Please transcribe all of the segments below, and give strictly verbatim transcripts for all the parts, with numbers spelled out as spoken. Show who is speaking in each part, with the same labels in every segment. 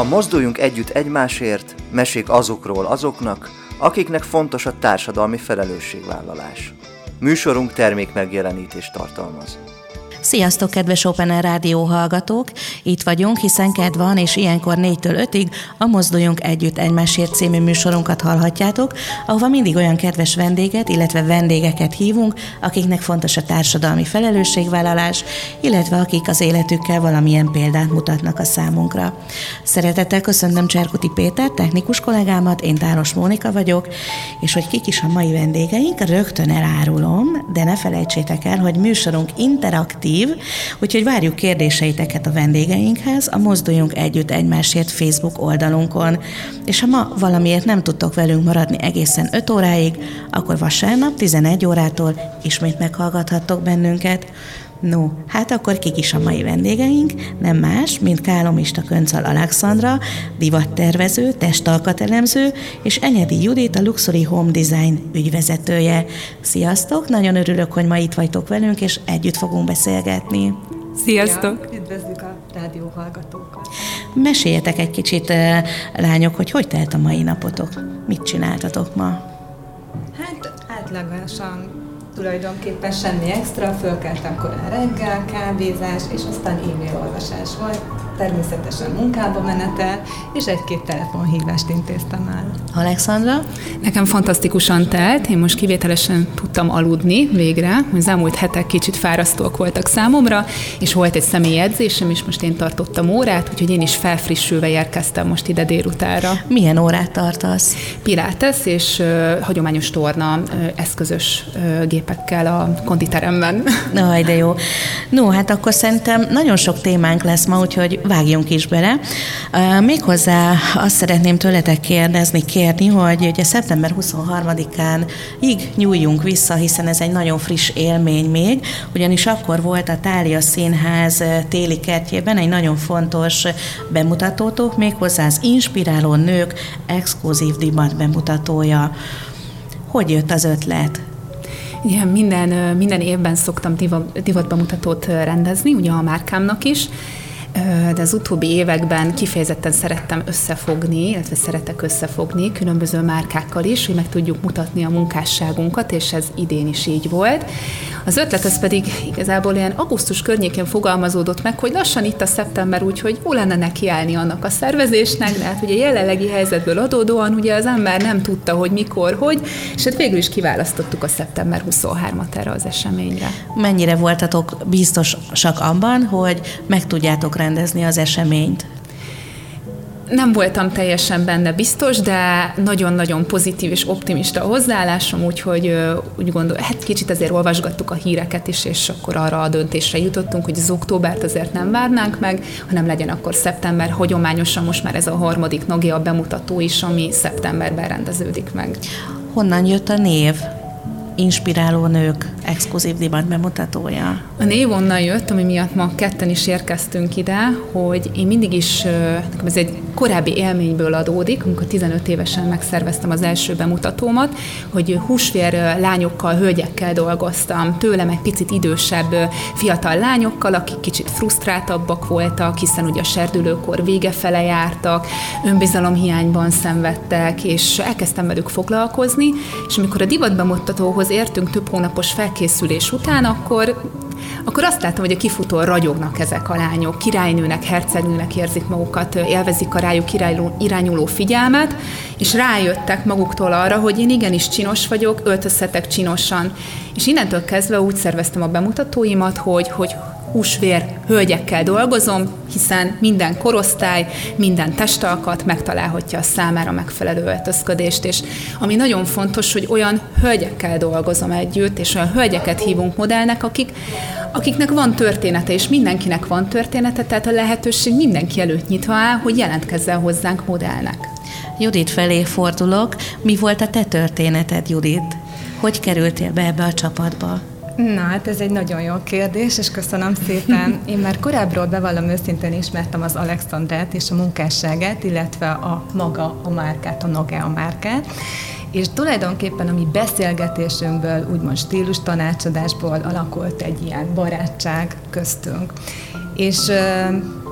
Speaker 1: A Mozduljunk együtt egymásért, mesék azokról azoknak, akiknek fontos a társadalmi felelősségvállalás. Műsorunk termékmegjelenítést tartalmaz.
Speaker 2: Sziasztok, kedves Open Air Rádió hallgatók! Itt vagyunk, hiszen kedv van, és ilyenkor négytől ötig a Mozduljunk együtt egymásért című műsorunkat hallhatjátok, ahova mindig olyan kedves vendéget, illetve vendégeket hívunk, akiknek fontos a társadalmi felelősségvállalás, illetve akik az életükkel valamilyen példát mutatnak a számunkra. Szeretettel köszöntöm Cserkuti Péter, technikus kollégámat, én Táros Mónika vagyok, és hogy kik is a mai vendégeink, rögtön elárulom, de ne felejtsétek el, hogy műsorunk interaktív, úgyhogy várjuk kérdéseiteket a vendégeinkhez a Mozduljunk együtt egymásért Facebook oldalunkon. És ha ma valamiért nem tudtok velünk maradni egészen öt óráig, akkor vasárnap tizenegy órától ismét meghallgathattok bennünket. No, hát akkor kik is a mai vendégeink? Nem más, mint Kálomista Köncel Alexandra, divattervező, testalkatelemző, és Enyedi Judit, a Luxury Home Design ügyvezetője. Sziasztok! Nagyon örülök, hogy ma itt vagytok velünk, és együtt fogunk beszélgetni.
Speaker 3: Sziasztok! Ja, üdvözlük a rádió hallgatókat!
Speaker 2: Meséljetek egy kicsit, lányok, hogy hogy telt a mai napotok? Mit csináltatok ma?
Speaker 3: Hát átlagosan tulajdonképpen semmi extra, fölkeltem korán reggel, kávézás, és aztán e-mail olvasás volt, természetesen munkába menetel, és egy-két telefonhívást intéztem el.
Speaker 2: Alexandra?
Speaker 4: Nekem fantasztikusan telt, én most kivételesen tudtam aludni végre, az elmúlt hetek kicsit fárasztóak voltak számomra, és volt egy személyi edzésem, és most én tartottam órát, úgyhogy én is felfrissülve érkeztem most ide délutánra.
Speaker 2: Milyen órát tartasz?
Speaker 4: Pilates és uh, hagyományos torna uh, eszközös uh, gépekkel a konditeremben.
Speaker 2: Aj, de jó. No, hát akkor szerintem nagyon sok témánk lesz ma, úgyhogy vágjunk is bele. Uh, méghozzá azt szeretném tőletek kérdezni, kérni, hogy ugye szeptember huszonharmadikán így nyúljunk vissza, hiszen ez egy nagyon friss élmény még, ugyanis akkor volt a Thália Színház téli kertjében egy nagyon fontos bemutatótok, méghozzá az Inspiráló Nők exkluzív divat bemutatója. Hogy jött az ötlet?
Speaker 4: Igen, minden, minden évben szoktam divat, divatbemutatót rendezni, ugye a márkámnak is, de az utóbbi években kifejezetten szerettem összefogni, illetve szeretek összefogni különböző márkákkal is, hogy meg tudjuk mutatni a munkásságunkat, és ez idén is így volt. Az ötlet az pedig igazából ilyen augusztus környékén fogalmazódott meg, hogy lassan itt a szeptember, úgyhogy jó lenne nekiállni annak a szervezésnek, de hát ugye jelenlegi helyzetből adódóan ugye az ember nem tudta, hogy mikor, hogy, és hát végül is kiválasztottuk a szeptember huszonharmadikat erre az eseményre.
Speaker 2: Mennyire voltatok biztosak abban, hogy meg tudjátok rendezni az eseményt?
Speaker 4: Nem voltam teljesen benne biztos, de nagyon-nagyon pozitív és optimista a hozzáállásom, úgyhogy úgy gondolom, hát kicsit azért olvasgattuk a híreket is, és akkor arra a döntésre jutottunk, hogy az októbert azért nem várnánk meg, hanem legyen akkor szeptember. Hagyományosan most már ez a harmadik Nogea bemutató is, ami szeptemberben rendeződik meg.
Speaker 2: Honnan jött a név? Inspiráló Nők exkluzív divat bemutatója.
Speaker 4: A név onnan jött, ami miatt ma ketten is érkeztünk ide, hogy én mindig is, ez egy korábbi élményből adódik, amikor tizenöt évesen megszerveztem az első bemutatómat, hogy húsvér lányokkal, hölgyekkel dolgoztam, tőlem egy picit idősebb fiatal lányokkal, akik kicsit frusztráltabbak voltak, hiszen ugye a serdülőkor vége fele jártak, önbizalomhiányban szenvedtek, és elkezdtem velük foglalkozni, és amikor a divatbemutatóhoz értünk több hónapos felkészülés után, akkor, akkor azt láttam, hogy a kifutón ragyognak ezek a lányok, királynőnek, hercegnőnek érzik magukat, élvezik a rájuk irányuló, irányuló figyelmet, és rájöttek maguktól arra, hogy én igenis csinos vagyok, öltözhetek csinosan. És innentől kezdve úgy szerveztem a bemutatóimat, hogy, hogy húsvér hölgyekkel dolgozom, hiszen minden korosztály, minden testalkat megtalálhatja a számára megfelelő öltözködést, és ami nagyon fontos, hogy olyan hölgyekkel dolgozom együtt, és olyan hölgyeket hívunk modellnek, akik, akiknek van története, és mindenkinek van története, tehát a lehetőség mindenki előtt nyitva áll, hogy jelentkezzen hozzánk modellnek.
Speaker 2: Judit felé fordulok. Mi volt a te történeted, Judit? Hogy kerültél be ebbe a csapatba?
Speaker 3: Na, hát ez egy nagyon jó kérdés, és köszönöm szépen. Én már korábbról bevallom őszintén ismertem az Alexandrát és a munkásságát, illetve a maga a márkát, a Nogea márkát, és tulajdonképpen a mi beszélgetésünkből, úgymond stílus tanácsadásból alakult egy ilyen barátság köztünk. És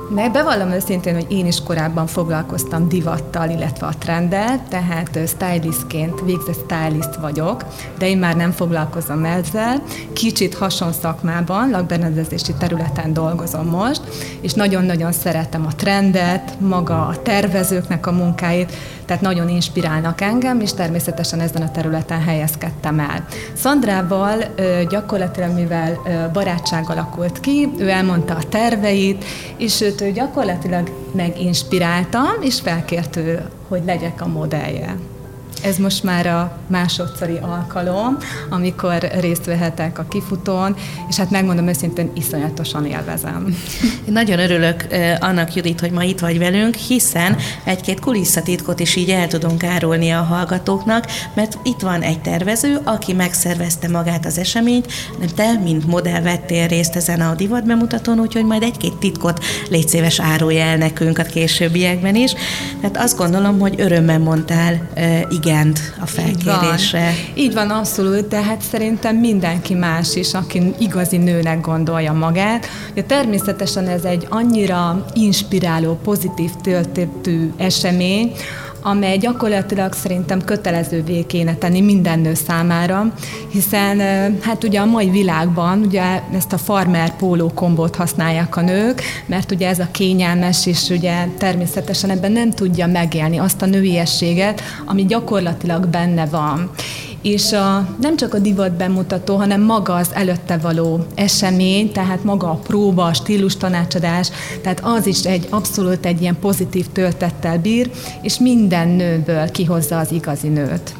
Speaker 3: Meg bevallom őszintén, hogy én is korábban foglalkoztam divattal, illetve a trenddel, tehát stylistként végzett stylist vagyok, de én már nem foglalkozom ezzel. Kicsit hasonszakmában, lakberendezési területen dolgozom most, és nagyon-nagyon szeretem a trendet, maga a tervezőknek a munkáit, tehát nagyon inspirálnak engem, és természetesen ezen a területen helyezkedtem el. Szandrával gyakorlatilag, mivel barátság alakult ki, ő elmondta a terveit, és őt ő gyakorlatilag meginspiráltam, és felkért ő, hogy legyek a modellje. Ez most már a másodszori alkalom, amikor részt vehetek a kifutón, és hát megmondom őszintén, iszonyatosan élvezem.
Speaker 2: Én nagyon örülök annak, Judit, hogy ma itt vagy velünk, hiszen egy-két kulisszatitkot is így el tudunk árulni a hallgatóknak, mert itt van egy tervező, aki megszervezte magát az eseményt, de te, mint modell vettél részt ezen a divat bemutatón, úgyhogy majd egy-két titkot légy szíves árulj el nekünk a későbbiekben is. Tehát azt gondolom, hogy örömmel mondtál igen a felkérésre.
Speaker 3: Így van. Így van, abszolút, de hát szerintem mindenki más is, aki igazi nőnek gondolja magát. De természetesen ez egy annyira inspiráló, pozitív töltetű esemény, amely gyakorlatilag szerintem kötelezővé kéne tenni minden nő számára, hiszen hát ugye a mai világban ugye ezt a farmer póló kombót használják a nők, mert ugye ez a kényelmes, és ugye természetesen ebben nem tudja megélni azt a nőiességet, ami gyakorlatilag benne van. És a, nem csak a divat bemutató, hanem maga az előtte való esemény, tehát maga a próba, a stílus tanácsadás, tehát az is egy abszolút egy ilyen pozitív töltettel bír, és minden nőből kihozza az igazi nőt.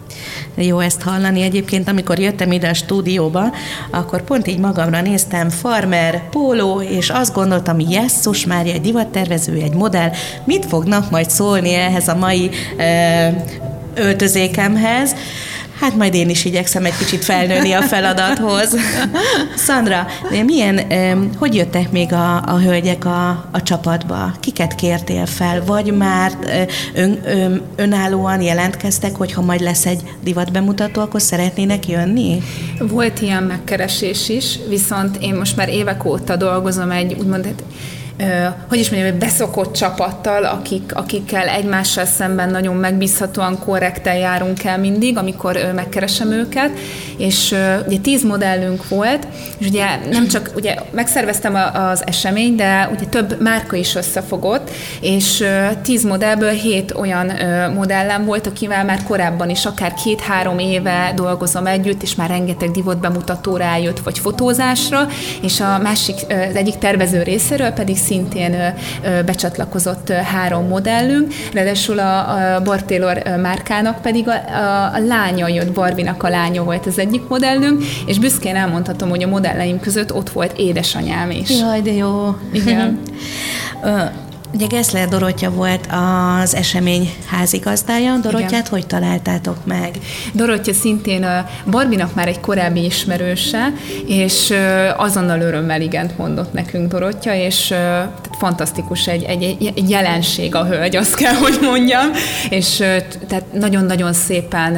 Speaker 2: Jó ezt hallani. Egyébként, amikor jöttem ide a stúdióba, akkor pont így magamra néztem, farmer, póló, és azt gondoltam, jesszus Mária, egy divattervező, egy modell, mit fognak majd szólni ehhez a mai ö, öltözékemhez? Hát majd én is igyekszem egy kicsit felnőni a feladathoz. Szandra, milyen, hogy jöttek még a, a hölgyek a, a csapatba? Kiket kértél fel? Vagy már ön, ön, önállóan jelentkeztek, hogyha majd lesz egy divatbemutató, akkor szeretnének jönni?
Speaker 4: Volt ilyen megkeresés is, viszont én most már évek óta dolgozom egy úgymond Uh, hogy is mondjam, egy beszokott csapattal, akik, akikkel egymással szemben nagyon megbízhatóan, korrekten járunk el mindig, amikor uh, megkeresem őket, és uh, ugye tíz modellünk volt, és ugye nem csak, ugye megszerveztem a, az eseményt, de ugye több márka is összefogott, és uh, tíz modellből hét olyan uh, modellem volt, akivel már korábban is akár két-három éve dolgozom együtt, és már rengeteg divat bemutató rájött, vagy fotózásra, és a másik, uh, az egyik tervező részéről pedig szintén ö, ö, becsatlakozott ö, három modellünk, ráadásul a, a Bar Taylor márkának pedig a, a, a lánya jött, Barbinak a lánya volt az egyik modellünk, és büszkén elmondhatom, hogy a modelleim között ott volt édesanyám is.
Speaker 2: Jaj, de jó.
Speaker 4: Igen.
Speaker 2: Ugye Gessler Dorottya volt az esemény házigazdája. Dorottyát igen. Hogy találtátok meg?
Speaker 4: Dorottya szintén a Barbinak már egy korábbi ismerőse, és azonnal örömmel igent mondott nekünk Dorottya, és fantasztikus egy, egy, egy jelenség a hölgy, azt kell, hogy mondjam, és tehát nagyon-nagyon szépen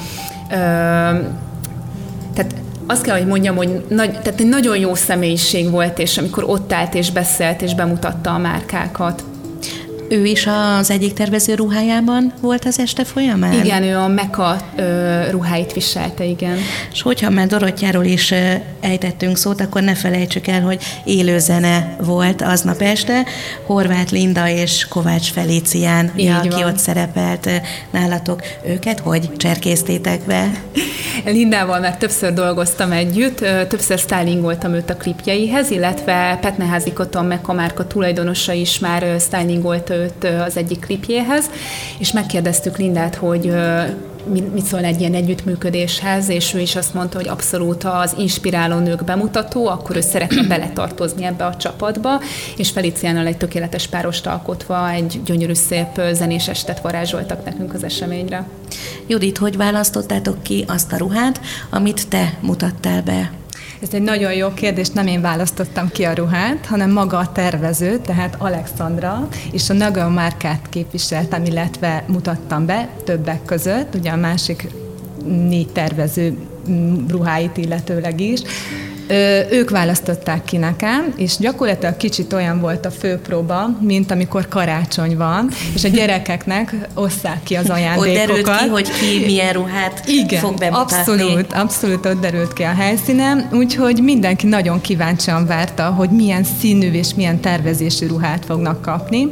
Speaker 4: tehát azt kell, hogy mondjam, hogy nagy, tehát egy nagyon jó személyiség volt, és amikor ott állt és beszélt, és bemutatta a márkákat.
Speaker 2: Ő is az egyik tervező ruhájában volt az este folyamán?
Speaker 4: Igen, ő a Meka ö, ruháit viselte, igen.
Speaker 2: És hogyha már Dorottyáról is ejtettünk szót, akkor ne felejtsük el, hogy élőzene volt aznap este. Horváth Linda és Kovács Felicián, aki ott szerepelt nálatok. Őket hogy cserkésztétek be?
Speaker 4: Lindával már többször dolgoztam együtt, többször stylingoltam őt a klipjeihez, illetve Petneházy Koton Meka márka tulajdonosa is már stylingolt őt az egyik klipjéhez, és megkérdeztük Lindát, hogy mit szól egy ilyen együttműködéshez, és ő is azt mondta, hogy abszolút az inspiráló nők bemutató, akkor ő szeretne beletartozni ebbe a csapatba, és Feliciánnal egy tökéletes párost alkotva egy gyönyörű szép zenés estet varázsoltak nekünk az eseményre.
Speaker 2: Judit, hogy választottátok ki azt a ruhát, amit te mutattál be?
Speaker 3: Ez egy nagyon jó kérdés, nem én választottam ki a ruhát, hanem maga a tervező, tehát Alexandra, és a Nagel márkát képviseltem, illetve mutattam be többek között, ugye a másik négy tervező ruháit illetőleg is. Ők választották ki nekem, és gyakorlatilag kicsit olyan volt a főpróba, mint amikor karácsony van, és a gyerekeknek osszák ki az ajándékokat.
Speaker 2: Ott derült ki, hogy ki milyen ruhát
Speaker 3: Igen,
Speaker 2: fog bemutatni.
Speaker 3: abszolút, abszolút ott derült ki a helyszínen, úgyhogy mindenki nagyon kíváncsian várta, hogy milyen színű és milyen tervezésű ruhát fognak kapni,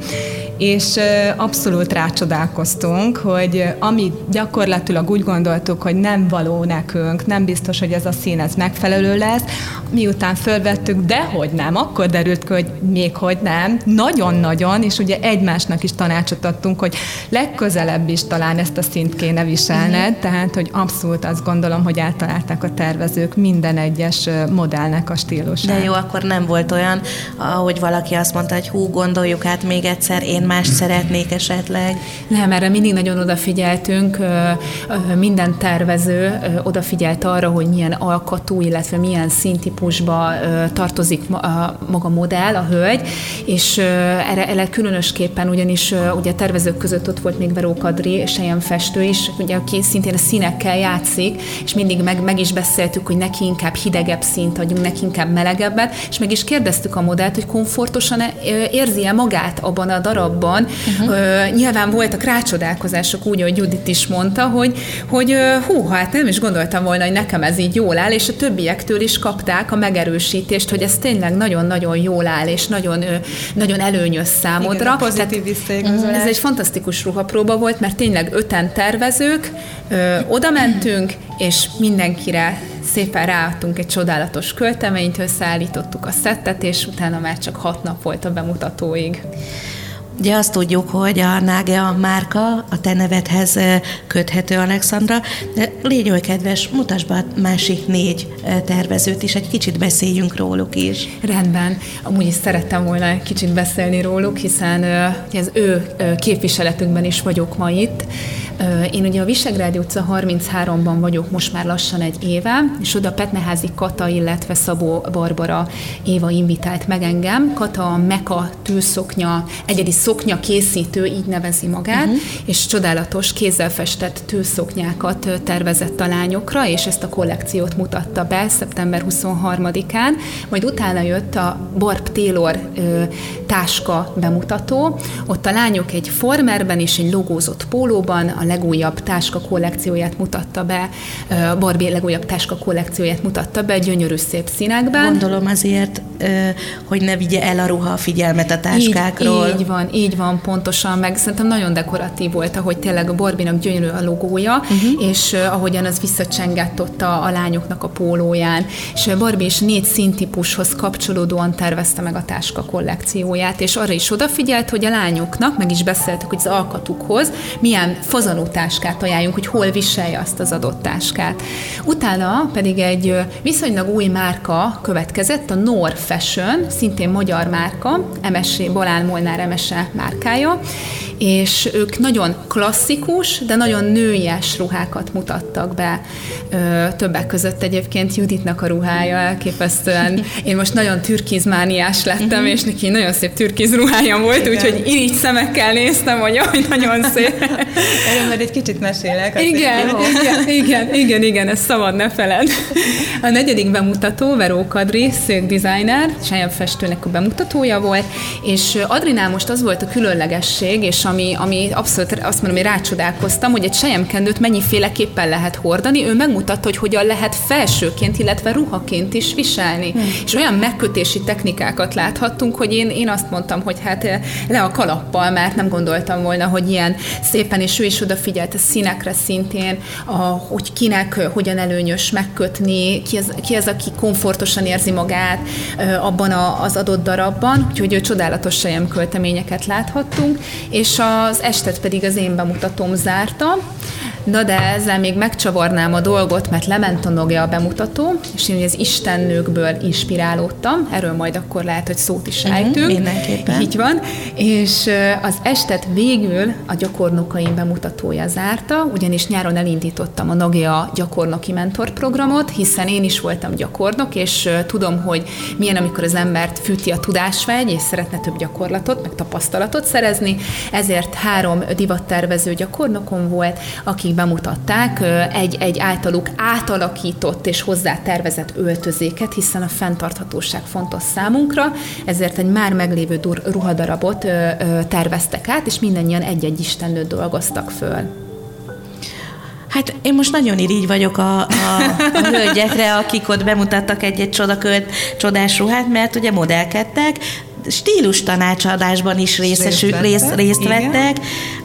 Speaker 3: és abszolút rácsodálkoztunk, hogy ami gyakorlatilag úgy gondoltuk, hogy nem való nekünk, nem biztos, hogy ez a szín ez megfelelő lesz, miután fölvettük, de hogy nem, akkor derült ki, hogy még hogy nem, nagyon-nagyon, és ugye egymásnak is tanácsot adtunk, hogy legközelebb is talán ezt a színt kéne viselned, mm-hmm. tehát, hogy abszolút azt gondolom, hogy eltalálták a tervezők minden egyes modellnek a stílusát.
Speaker 2: De jó, akkor nem volt olyan, ahogy valaki azt mondta, hogy hú, gondoljuk át még egyszer, én mást szeretnék esetleg.
Speaker 4: Nem, erre mindig nagyon odafigyeltünk, minden tervező odafigyelt arra, hogy milyen alkatú, illetve milyen színtípusba tartozik maga modell, a hölgy, és erre, erre különösképpen ugyanis ugye a tervezők között ott volt még Veró Kadri, selyemfestő is, ugye, aki szintén a színekkel játszik, és mindig meg, meg is beszéltük, hogy neki inkább hidegebb színt adjunk, neki inkább melegebbet, és meg is kérdeztük a modellt, hogy komfortosan érzi-e magát abban a darabban. Uh-huh. Nyilván voltak rácsodálkozások, úgy, ahogy Judit is mondta, hogy, hogy hú, hát nem is gondoltam volna, hogy nekem ez így jól áll, és a többiektől is kapták a megerősítést, hogy ez tényleg nagyon-nagyon jól áll, és nagyon, nagyon előnyös számodra.
Speaker 3: Igen, pozitív visszaigazolás.
Speaker 4: Ez egy fantasztikus ruhapróba volt, mert tényleg öten tervezők, ö, oda mentünk, és mindenkire szépen ráadtunk egy csodálatos költeményt, összeállítottuk a szettet, és utána már csak hat nap volt a bemutatóig.
Speaker 2: Ugye azt tudjuk, hogy a Nagea márka a te nevedhez köthető, Alexandra, de légy oly kedves, mutasd be a másik négy tervezőt is, egy kicsit beszéljünk róluk is.
Speaker 4: Rendben. Amúgy is szerettem volna egy kicsit beszélni róluk, hiszen az ő képviseletükben is vagyok ma itt. Én ugye a Visegrádi utca harmincháromban vagyok most már lassan egy éve, és oda Petneházi Kata, illetve Szabó Barbara Éva invitált meg engem. Kata a Meka tűszoknya, egyedi szoknya készítő, így nevezi magát, uh-huh. és csodálatos kézzel festett tűszoknyákat tervezett a lányokra, és ezt a kollekciót mutatta be szeptember huszonharmadikán, majd utána jött a Barb Taylor ö, táska bemutató, ott a lányok egy formerben és egy logózott pólóban a legújabb táska kollekcióját mutatta be, Barbie legújabb táska kollekcióját mutatta be, gyönyörű szép színekben.
Speaker 2: Gondolom azért, hogy ne vigye el a ruha a figyelmet a táskákról.
Speaker 4: Így, így van, így van, pontosan, meg szerintem nagyon dekoratív volt, ahogy tényleg a Barbie-nak gyönyörű a logója, uh-huh. és ahogyan az visszacsengett ott a, a lányoknak a pólóján. És Barbie is négy színtípushoz kapcsolódóan tervezte meg a táska kollekcióját, és arra is odafigyelt, hogy a lányoknak, meg is beszéltük, hogy az alkatukhoz milyen fazonú táskát ajánljunk, hogy hol viselje azt az adott táskát. Utána pedig egy viszonylag új márka következett, a Nor Fashion, szintén magyar márka, em es é, Balán Molnár em es é márkája, és ők nagyon klasszikus, de nagyon nőies ruhákat mutattak be. Ö, többek között egyébként Juditnak a ruhája elképesztően. Én most nagyon türkizmániás lettem, és neki nagyon szép türkiz ruhája volt, úgyhogy irigy szemekkel néztem, hogy hogy nagyon szép.
Speaker 3: Erről majd egy kicsit mesélek.
Speaker 4: Igen, igen, igen, igen, igen, ezt szabad ne feled. A negyedik bemutató Veró Kadri, szőkdesigner, selyemfestőnek a bemutatója volt, és Adrinál most az volt a különlegesség, és ami, ami abszolút azt mondom, hogy rácsodálkoztam, hogy egy selyemkendőt mennyiféleképpen lehet hordani, ő megmutatta, hogy hogyan lehet felsőként, illetve ruhaként is viselni. Hmm. És olyan megkötési technikákat láthattunk, hogy én, én azt mondtam, hogy hát le a kalappal, mert nem gondoltam volna, hogy ilyen szépen, és ő is odafigyelt a színekre szintén, a, hogy kinek hogyan előnyös megkötni, ki az, ki az, aki komfortosan érzi magát abban a, az adott darabban, úgyhogy ő csodálatos selyemkölteményeket láthattunk, és az estet pedig az én bemutatóm zárta. Na de ezzel még megcsavarnám a dolgot, mert lement a Nagea a bemutató, és én az istennőkből inspirálódtam, erről majd akkor lehet, hogy szót is ejtünk.
Speaker 2: Uh-huh, mindenképpen.
Speaker 4: Így van. És az estet végül a gyakornokaim bemutatója zárta, ugyanis nyáron elindítottam a Nagea gyakornoki mentorprogramot, hiszen én is voltam gyakornok, és tudom, hogy milyen, amikor az embert fűti a tudásvágy, és szeretne több gyakorlatot, meg tapasztalatot szerezni, ezért három divattervező gyakornokom volt, akik bemutatták egy, egy általuk átalakított és hozzátervezett öltözéket, hiszen a fenntarthatóság fontos számunkra, ezért egy már meglévő ruhadarabot terveztek át, és mindannyian egy-egy istennőt dolgoztak föl.
Speaker 2: Hát én most nagyon irigy vagyok a, a, a hölgyekre, akik ott bemutattak egy-egy csodakölt, csodás ruhát, mert ugye modellkedtek, stílus tanácsadásban is részesül, részt, részt vettek,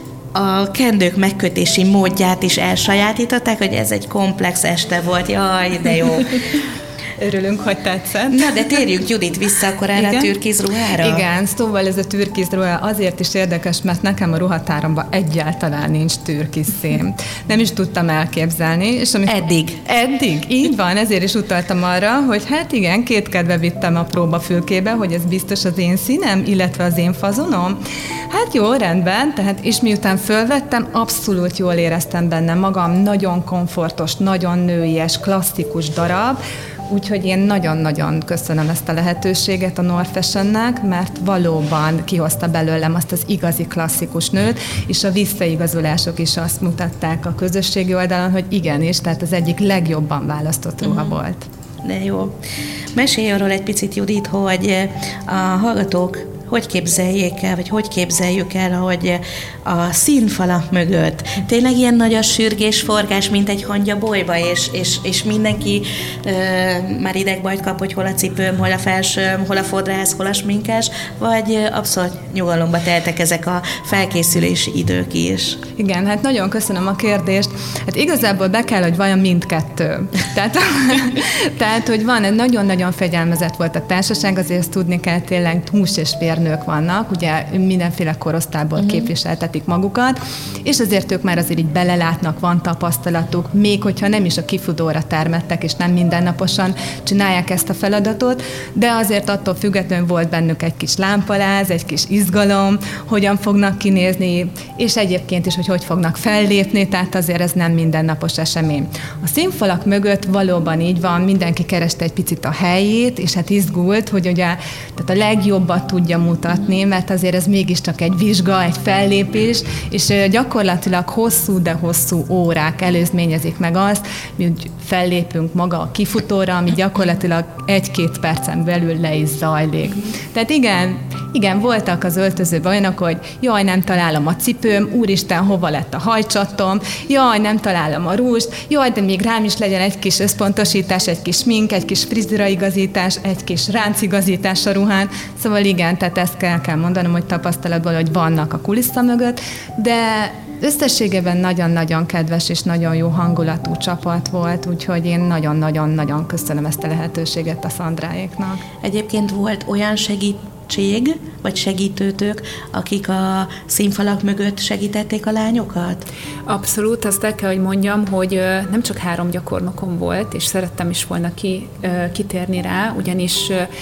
Speaker 2: a kendők megkötési módját is elsajátították, hogy ez egy komplex este volt, jaj, de jó.
Speaker 3: Örülünk, hogy tetszett.
Speaker 2: Na, de térjünk, Judit, vissza akkor erre a türkiz ruhára.
Speaker 3: Igen, szóval ez a türkiz ruha azért is érdekes, mert nekem a ruhatáromban egyáltalán nincs türkiz szém. Nem is tudtam elképzelni. És amikor...
Speaker 2: Eddig.
Speaker 3: Eddig, így van, ezért is utaltam arra, hogy hát igen, kétkedve vittem a próbafülkébe, hogy ez biztos az én színem, illetve az én fazonom. Hát jó, rendben, tehát és miután fölvettem, abszolút jól éreztem benne magam, nagyon komfortos, nagyon nőies, klasszikus darab, úgyhogy én nagyon-nagyon köszönöm ezt a lehetőséget a North Fashionnek, mert valóban kihozta belőlem azt az igazi klasszikus nőt, és a visszaigazolások is azt mutatták a közösségi oldalon, hogy igenis, tehát az egyik legjobban választott ruha uh-huh. volt.
Speaker 2: De jó. Mesélj arról egy picit, Judit, hogy a hallgatók hogy képzeljék el, vagy hogy képzeljük el, hogy a színfalak mögött tényleg ilyen nagy a sürgés, forgás, mint egy hangya bolyba, és, és, és mindenki ö, már idegbajt kap, hogy hol a cipőm, hol a felsőm, hol a fodrász, hol a sminkes, vagy abszolút nyugalomba teltek ezek a felkészülési idők is.
Speaker 3: Igen, hát nagyon köszönöm a kérdést. Hát igazából be kell, hogy vajon mindkettő. Tehát, tehát hogy van, egy nagyon-nagyon fegyelmezett volt a társaság, azért ezt tudni kell, tényleg hús és vér nők vannak, ugye mindenféle korosztályból uh-huh. képviseltetik magukat, és azért ők már azért így belelátnak, van tapasztalatuk, még hogyha nem is a kifutóra termettek, és nem mindennaposan csinálják ezt a feladatot, de azért attól függetlenül volt bennük egy kis lámpaláz, egy kis izgalom, hogyan fognak kinézni, és egyébként is, hogy hogy fognak fellépni, tehát azért ez nem mindennapos esemény. A színfalak mögött valóban így van, mindenki kereste egy picit a helyét, és hát izgult, hogy ugye tehát a legjobbat tudja mutatni, mert azért ez mégiscsak egy vizsga, egy fellépés, és gyakorlatilag hosszú, de hosszú órák előzményezik meg azt, mi úgy fellépünk maga a kifutóra, ami gyakorlatilag egy-két percen belül le is zajlik. Tehát igen, igen, voltak az öltözőben olyanok, hogy jaj, nem találom a cipőm, úristen, hova lett a hajcsatom, jaj, nem találom a rúst, jaj, de még rám is legyen egy kis összpontosítás, egy kis smink, egy kis frizuraigazítás, egy kis ráncigazítás a ruhán. Szóval igen, tehát ezt kell, kell mondanom, hogy tapasztalatból, hogy vannak a kulissza mögött, de összességében nagyon-nagyon kedves és nagyon jó hangulatú csapat volt, úgyhogy én nagyon-nagyon-nagyon köszönöm ezt a lehetőséget a Szandráéknak.
Speaker 2: Egyébként volt olyan segítség, vagy segítőtök, akik a színfalak mögött segítették a lányokat?
Speaker 4: Abszolút, azt el kell, hogy mondjam, hogy nem csak három gyakornokom volt, és szerettem is volna ki, kitérni rá, ugyanis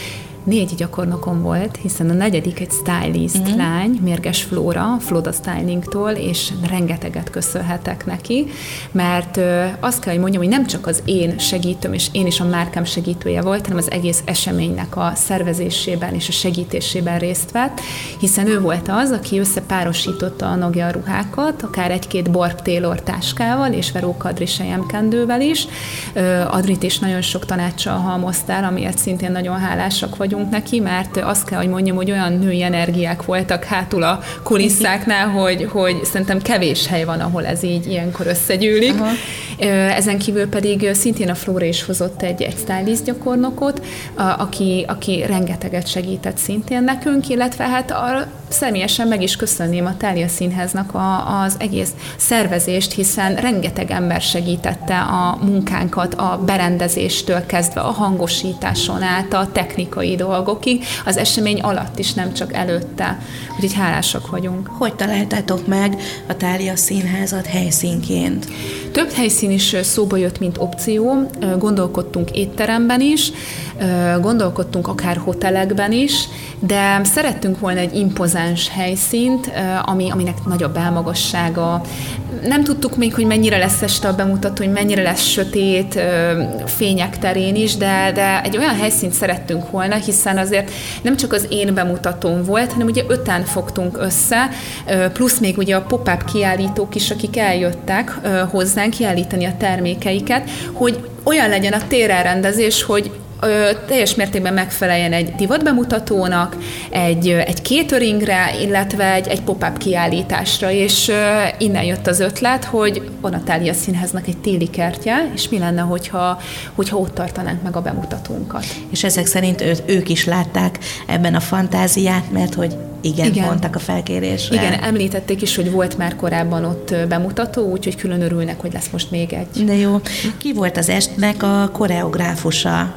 Speaker 4: négy gyakornokom volt, hiszen a negyedik egy stylist uh-huh. lány, Mérges Flóra, Floda Stylingtól, és rengeteget köszönhetek neki, mert ö, azt kell, hogy mondjam, hogy nem csak az én segítőm, és én is a márkám segítője volt, hanem az egész eseménynek a szervezésében és a segítésében részt vett, hiszen ő volt az, aki összepárosította a Nogia ruhákat, akár egy-két Borb Taylor táskával, és Veró Kadri selyemkendővel is. Ö, Adrit is nagyon sok tanácssal halmoztál, amiért szintén nagyon hálásak vagyunk neki, mert azt kell, hogy mondjam, hogy olyan női energiák voltak hátul a kulisszáknál, hogy, hogy szerintem kevés hely van, ahol ez így ilyenkor összegyűlik. Aha. Ezen kívül pedig szintén a Flóra is hozott egy, egy stylist gyakornokot, aki, aki rengeteget segített szintén nekünk, illetve hát a, személyesen meg is köszönném a Thália Színháznak a, az egész szervezést, hiszen rengeteg ember segítette a munkánkat a berendezéstől kezdve, a hangosításon át, a technikai dolgokig, az esemény alatt is, nem csak előtte. Úgyhogy hálásak vagyunk.
Speaker 2: Hogy találtátok meg a Thália Színházat helyszínként?
Speaker 4: Több helyszín is szóba jött, mint opció. Gondolkodtunk étteremben is, gondolkodtunk akár hotelekben is, de szerettünk volna egy impozáns impozáns helyszínt, ami, aminek nagyobb elmagassága. Nem tudtuk még, hogy mennyire lesz este a bemutató, hogy mennyire lesz sötét, fények terén is, de, de egy olyan helyszínt szerettünk volna, hiszen azért nem csak az én bemutatóm volt, hanem ugye öten fogtunk össze, plusz még ugye a pop-up kiállítók is, akik eljöttek hozzánk kiállítani a termékeiket, hogy olyan legyen a térelrendezés, hogy Ö, teljes mértékben megfeleljen egy divatbemutatónak, egy, egy cateringre, illetve egy, egy pop-up kiállításra, és ö, innen jött az ötlet, hogy a Natália Színháznak egy téli kertje, és mi lenne, hogyha, hogyha ott tartanánk meg a bemutatónkat.
Speaker 2: És ezek szerint ő, ők is látták ebben a fantáziát, mert hogy igen, igen. mondtak a felkérésre.
Speaker 4: Igen, említették is, hogy volt már korábban ott bemutató, úgyhogy külön örülnek, hogy lesz most még egy.
Speaker 2: De jó. Ki volt az estnek a koreográfusa?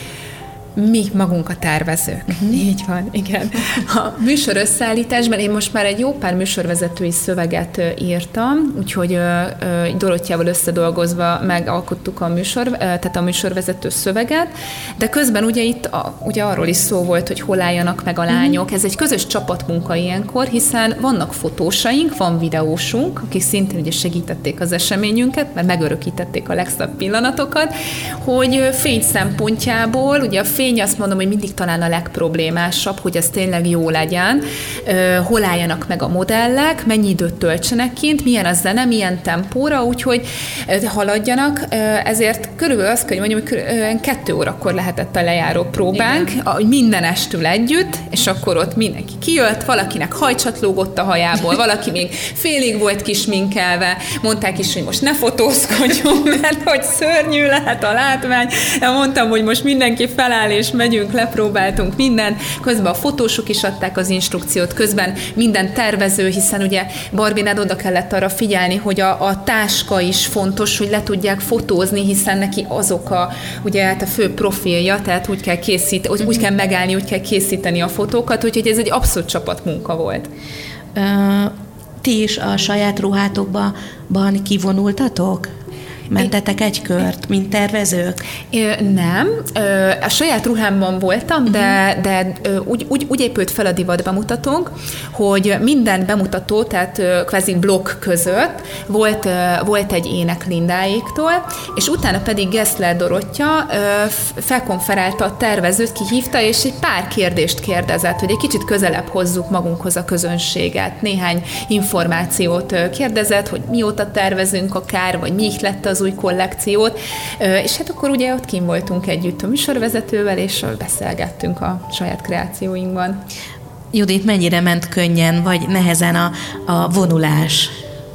Speaker 4: Mi magunk a tervezők. Uh-huh. Így van, igen. A műsor összeállításban én most már egy jó pár műsorvezetői szöveget írtam, úgyhogy Dorottyával összedolgozva megalkottuk a műsor, tehát a műsorvezető szöveget, de közben ugye itt a, ugye arról is szó volt, hogy hol álljanak meg a lányok. Uh-huh. Ez egy közös csapatmunka ilyenkor, hiszen vannak fotósaink, van videósunk, akik szintén ugye segítették az eseményünket, mert megörökítették a legszebb pillanatokat, hogy fény szempontjából, ugye a fény Fény, azt mondom, hogy mindig talán a legproblémásabb, hogy ez tényleg jó legyen, hol álljanak meg a modellek, mennyi időt töltsenek kint, milyen a zene, milyen tempóra, úgyhogy haladjanak, ezért körülbelül azt kell, hogy mondjam, hogy kettő órakor lehetett a lejáró próbánk, igen. minden estül együtt, és akkor ott mindenki kijött, valakinek hajcsat lógott a hajából, valaki még félig volt kisminkelve, mondták is, hogy most ne fotózkodjunk, mert hogy szörnyű lehet a látvány, de mondtam, hogy most mindenki feláll, és megyünk, lepróbáltunk mindent, közben a fotósok is adták az instrukciót, közben minden tervező, hiszen ugye Barbinád oda kellett arra figyelni, hogy a, a táska is fontos, hogy le tudják fotózni, hiszen neki azok a, ugye hát a fő profilja, tehát úgy kell készíteni, úgy, úgy kell megállni, úgy kell készíteni a fotókat, úgyhogy ez egy abszolút csapatmunka volt.
Speaker 2: Uh, ti is a saját ruhátokban kivonultatok? Mentetek egy kört, mint tervezők?
Speaker 4: Nem. A saját ruhámban voltam, uh-huh. de, de úgy, úgy, úgy épült fel a divat bemutatónk, hogy minden bemutató, tehát kvázi blokk között volt, volt egy ének Lindáéktól, és utána pedig Gessler Dorottya felkonferálta a tervezőt, kihívta, és egy pár kérdést kérdezett, hogy egy kicsit közelebb hozzuk magunkhoz a közönséget. Néhány információt kérdezett, hogy mióta tervezünk akár, vagy mi lett az új kollekciót, és hát akkor ugye ott kint voltunk együtt a műsorvezetővel, és beszélgettünk a saját kreációinkban.
Speaker 2: Judit, mennyire ment könnyen, vagy nehezen a, a vonulás?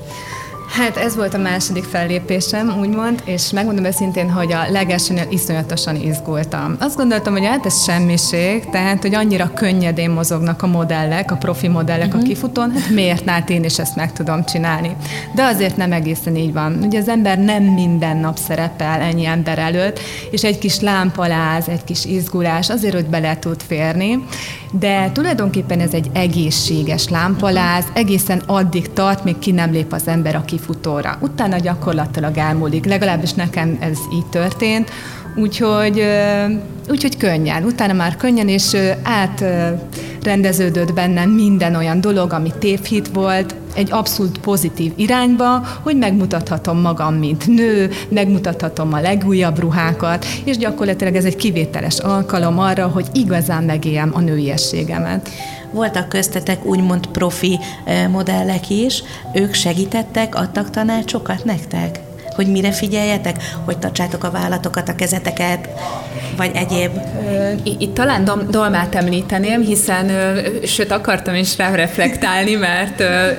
Speaker 3: Hát ez volt a második fellépésem, úgymond, és megmondom őszintén, hogy a legelsőnél iszonyatosan izgultam. Azt gondoltam, hogy hát ez semmiség, tehát, hogy annyira könnyedén mozognak a modellek, a profi modellek uh-huh. a kifutón, hát miért ne, hát én is ezt meg tudom csinálni. De azért nem egészen így van. Ugye az ember nem minden nap szerepel ennyi ember előtt, és egy kis lámpaláz, egy kis izgulás, azért, hogy bele tud férni, de tulajdonképpen ez egy egészséges lámpaláz, egészen addig tart, még ki nem lép az ember a kifutóra. Utána gyakorlatilag elmúlik, legalábbis nekem ez így történt, úgyhogy, úgyhogy könnyen, utána már könnyen, és átrendeződött bennem minden olyan dolog, ami tévhit volt, egy abszolút pozitív irányba, hogy megmutathatom magam, mint nő, megmutathatom a legújabb ruhákat, és gyakorlatilag ez egy kivételes alkalom arra, hogy igazán megéljem a nőiességemet.
Speaker 2: Voltak köztetek úgymond profi modellek is, ők segítettek, adtak tanácsokat nektek? Hogy mire figyeljetek? Hogy tartsátok a vállatokat, a kezeteket, vagy egyéb?
Speaker 4: Itt, itt talán dom, Dalmát említeném, hiszen sőt, akartam is rá reflektálni, mert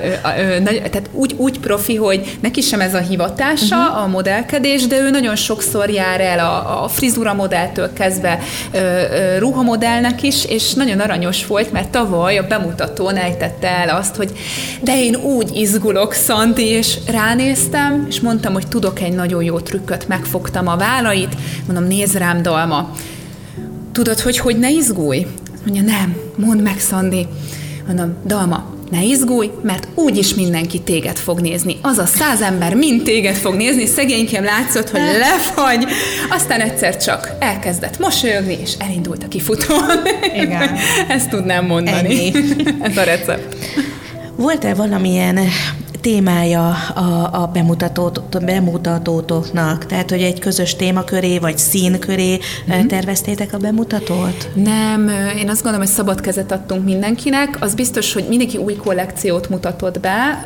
Speaker 4: tehát úgy, úgy profi, hogy neki sem ez a hivatása, uh-huh. a modellkedés, de ő nagyon sokszor jár el a, a frizura modelltől kezdve ruhamodellnek is, és nagyon aranyos volt, mert tavaly a bemutatón ejtette el azt, hogy de én úgy izgulok, Szanti, és ránéztem, és mondtam, hogy tudok egy nagyon jó trükköt, megfogtam a vállait, mondom, nézd rám, Dalma, tudod, hogy hogy ne izgulj? Mondja, nem, mondd meg, Szandi. Mondom, Dalma, ne izgulj, mert úgyis mindenki téged fog nézni. Az a száz ember mind téged fog nézni, szegénykém látszott, hogy lefagy. Aztán egyszer csak elkezdett mosolyogni, és elindult a kifutón. Igen. Ezt tudnám mondani. Ez a recept.
Speaker 2: Volt-e valamilyen témája a, a bemutató, bemutatótoknak? Tehát, hogy egy közös témaköré, vagy színköré mm-hmm. terveztétek a bemutatót?
Speaker 4: Nem, én azt gondolom, hogy szabad kezet adtunk mindenkinek. Az biztos, hogy mindenki új kollekciót mutatott be.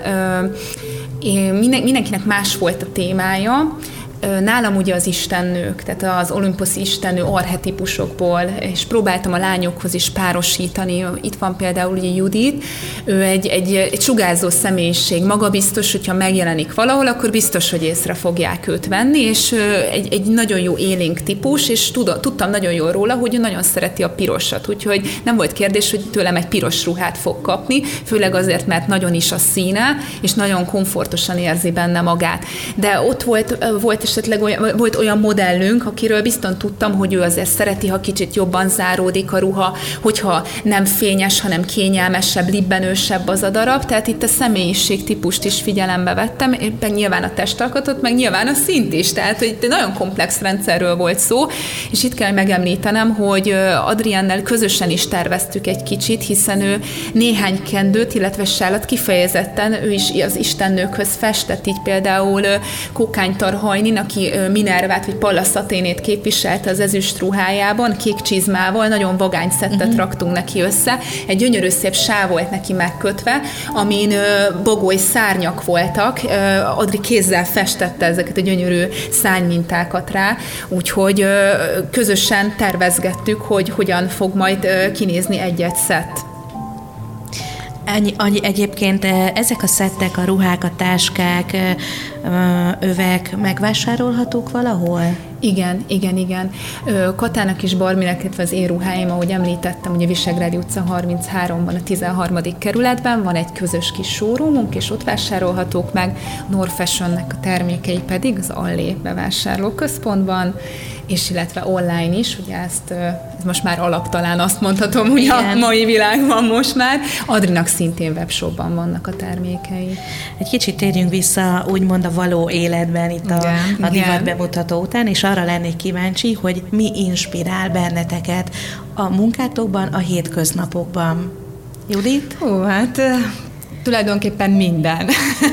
Speaker 4: Mindenkinek más volt a témája. Nálam ugye az istennők, tehát az olimposzi istennő archetípusokból, és próbáltam a lányokhoz is párosítani. Itt van például ugye Judit, ő egy, egy, egy sugárzó személyiség, magabiztos, hogyha megjelenik valahol, akkor biztos, hogy észre fogják őt venni, és egy, egy nagyon jó élénk típus, és tud, tudtam nagyon jól róla, hogy ő nagyon szereti a pirosat, úgyhogy nem volt kérdés, hogy tőlem egy piros ruhát fog kapni, főleg azért, mert nagyon is a színe, és nagyon komfortosan érzi benne magát. De ott volt, volt esetleg olyan, volt olyan modellünk, akiről bizton tudtam, hogy ő azért szereti, ha kicsit jobban záródik a ruha, hogyha nem fényes, hanem kényelmesebb, libbenősebb az a darab, tehát itt a személyiségtípust is figyelembe vettem, meg nyilván a testalkatot, meg nyilván a színt is, tehát hogy nagyon komplex rendszerről volt szó, és itt kell megemlítenem, hogy Adriennel közösen is terveztük egy kicsit, hiszen ő néhány kendőt, illetve sálat kifejezetten ő is az istennőkhöz festett, így például Kokánytarhajnin, aki Minervát vagy Pallas Athénét képviselte az ezüst ruhájában, kék csizmával, nagyon vagány szettet uh-huh. raktunk neki össze. Egy gyönyörű szép sáv volt neki megkötve, amin bogoly szárnyak voltak. Adri kézzel festette ezeket a gyönyörű szárnymintákat rá, úgyhogy közösen tervezgettük, hogy hogyan fog majd kinézni egy-egy szett.
Speaker 2: Ennyi, annyi, egyébként ezek a szettek, a ruhák, a táskák, övek megvásárolhatók valahol?
Speaker 4: Igen, igen, igen. Katának és Barminek, illetve az én ruháim, ahogy említettem, ugye Visegrádi utca harmincháromban, a tizenharmadik kerületben van egy közös kis showroomunk, és ott vásárolhatók meg. Norfashionnek a termékei pedig az Allé bevásárlóközpontban, és illetve online is, ugye ezt, ez most már alaptalán azt mondhatom, hogy igen. A mai világban most már. Adrinak szintén webshopban vannak a termékei.
Speaker 2: Egy kicsit térjünk vissza, úgymond a való életben itt a, a divat bemutató után, és arra lennék kíváncsi, hogy mi inspirál benneteket a munkátokban, a hétköznapokban. Judit?
Speaker 3: Hú, hát tulajdonképpen minden.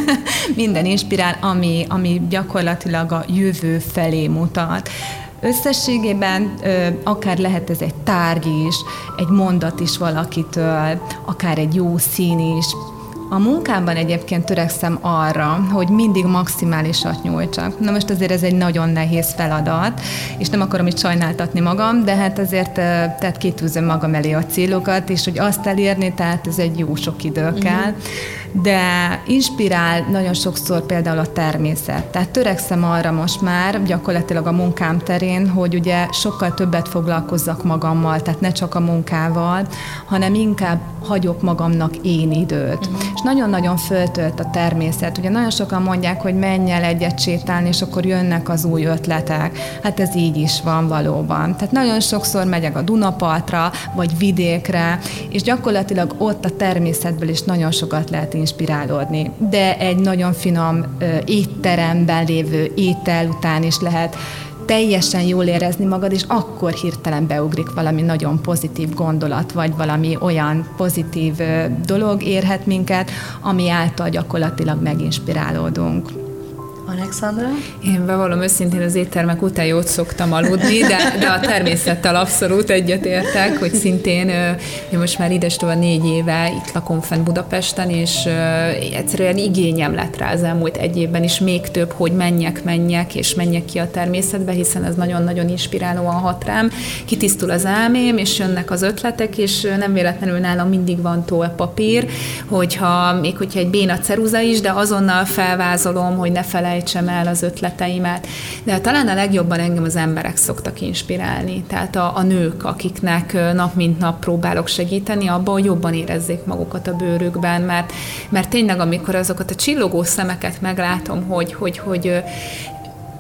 Speaker 3: Minden inspirál, ami, ami gyakorlatilag a jövő felé mutat. Összességében akár lehet ez egy tárgy is, egy mondat is valakitől, akár egy jó szín is. A munkámban egyébként törekszem arra, hogy mindig maximálisat nyújtsak. Na most azért ez egy nagyon nehéz feladat, és nem akarom itt sajnáltatni magam, de hát azért tehát kitűzöm magam elé a célokat, és hogy azt elérni, tehát ez egy jó sok idő kell. Mm-hmm. De inspirál nagyon sokszor például a természet. Tehát törekszem arra most már, gyakorlatilag a munkám terén, hogy ugye sokkal többet foglalkozzak magammal, tehát ne csak a munkával, hanem inkább hagyok magamnak én időt. Uh-huh. És nagyon-nagyon föltölt a természet. Ugye nagyon sokan mondják, hogy menj el egyet sétálni, és akkor jönnek az új ötletek. Hát ez így is van valóban. Tehát nagyon sokszor megyek a Dunapartra, vagy vidékre, és gyakorlatilag ott a természetből is nagyon sokat lehet inspirálódni. De egy nagyon finom ö, étteremben lévő étel után is lehet teljesen jól érezni magad, és akkor hirtelen beugrik valami nagyon pozitív gondolat, vagy valami olyan pozitív ö, dolog érhet minket, ami által gyakorlatilag meginspirálódunk.
Speaker 2: Alexandra?
Speaker 4: Én bevallom őszintén, az éttermek után jót szoktam aludni, de, de a természettel abszolút egyetértek, hogy szintén én most már idestova négy éve itt lakom fenn Budapesten, és egyszerűen igényem lett rá az elmúlt egy évben is még több, hogy menjek, menjek, és menjek ki a természetbe, hiszen ez nagyon-nagyon inspirálóan hat rám. Kitisztul az elmém, és jönnek az ötletek, és nem véletlenül nálam mindig van tollpapír, hogyha, még hogyha egy béna ceruza is, de azonnal felvázolom, hogy ne felejtsem el az ötleteimet. De talán a legjobban engem az emberek szoktak inspirálni. Tehát a, a nők, akiknek nap mint nap próbálok segíteni, abban, hogy jobban érezzék magukat a bőrükben, mert, mert tényleg amikor azokat a csillogó szemeket meglátom, hogy, hogy, hogy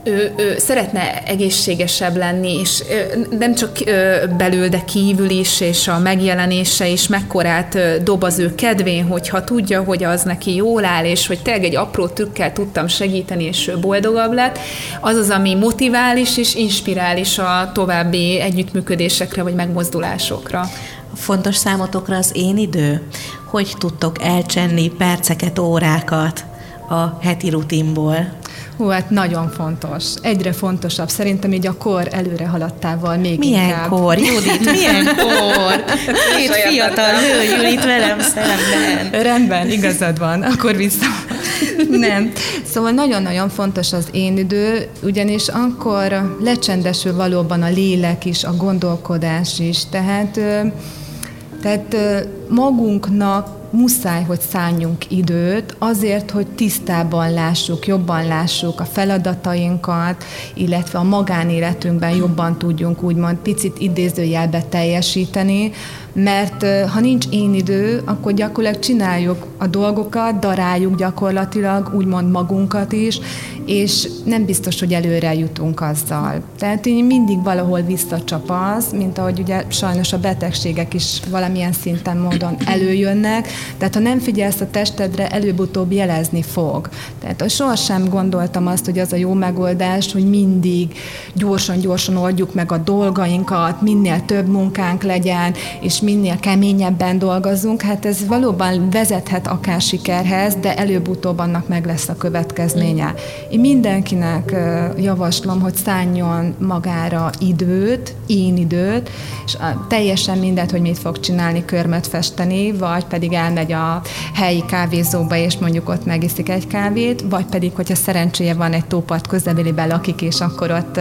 Speaker 4: ő, ő szeretne egészségesebb lenni, és nem csak belül, de kívül is, és a megjelenése is mekkorát dob az ő kedvén, hogyha tudja, hogy az neki jól áll, és hogy tényleg egy apró trükkel tudtam segíteni, és ő boldogabb lett, az az, ami motivál is, és inspirál is a további együttműködésekre, vagy megmozdulásokra.
Speaker 2: Fontos számotokra az én idő? Hogy tudtok elcsenni perceket, órákat a heti rutinból?
Speaker 3: Hú, hát nagyon fontos. Egyre fontosabb. Szerintem így a kor előre haladtával még
Speaker 2: milyen
Speaker 3: inkább.
Speaker 2: Milyen kor, Judit, milyen kor? Két fiatal hölgy ül itt velem szemben.
Speaker 3: Rendben, igazad van, akkor vissza. Nem. Szóval nagyon-nagyon fontos az én idő, ugyanis akkor lecsendesül valóban a lélek is, a gondolkodás is. Tehát, tehát magunknak muszáj, hogy szálljunk időt azért, hogy tisztában lássuk, jobban lássuk a feladatainkat, illetve a magánéletünkben jobban tudjunk úgymond picit idézőjelbe teljesíteni, mert ha nincs én idő, akkor gyakorlatilag csináljuk a dolgokat, daráljuk gyakorlatilag úgymond magunkat is, és nem biztos, hogy előre jutunk azzal. Tehát így mindig valahol visszacsap az, mint ahogy ugye sajnos a betegségek is valamilyen szinten módon előjönnek, tehát ha nem figyelsz a testedre, előbb-utóbb jelezni fog. Tehát sohasem gondoltam azt, hogy az a jó megoldás, hogy mindig gyorsan-gyorsan oldjuk meg a dolgainkat, minél több munkánk legyen, és minél keményebben dolgozzunk. Hát ez valóban vezethet akár sikerhez, de előbb-utóbb annak meg lesz a következménye. Én mindenkinek javaslom, hogy szálljon magára időt, én időt, és teljesen mindegy, hogy mit fog csinálni, körmöt festeni, vagy pedig elmegy a helyi kávézóba, és mondjuk ott megiszik egy kávét, vagy pedig, hogyha szerencséje van, egy tópart közelében lakik, és akkor ott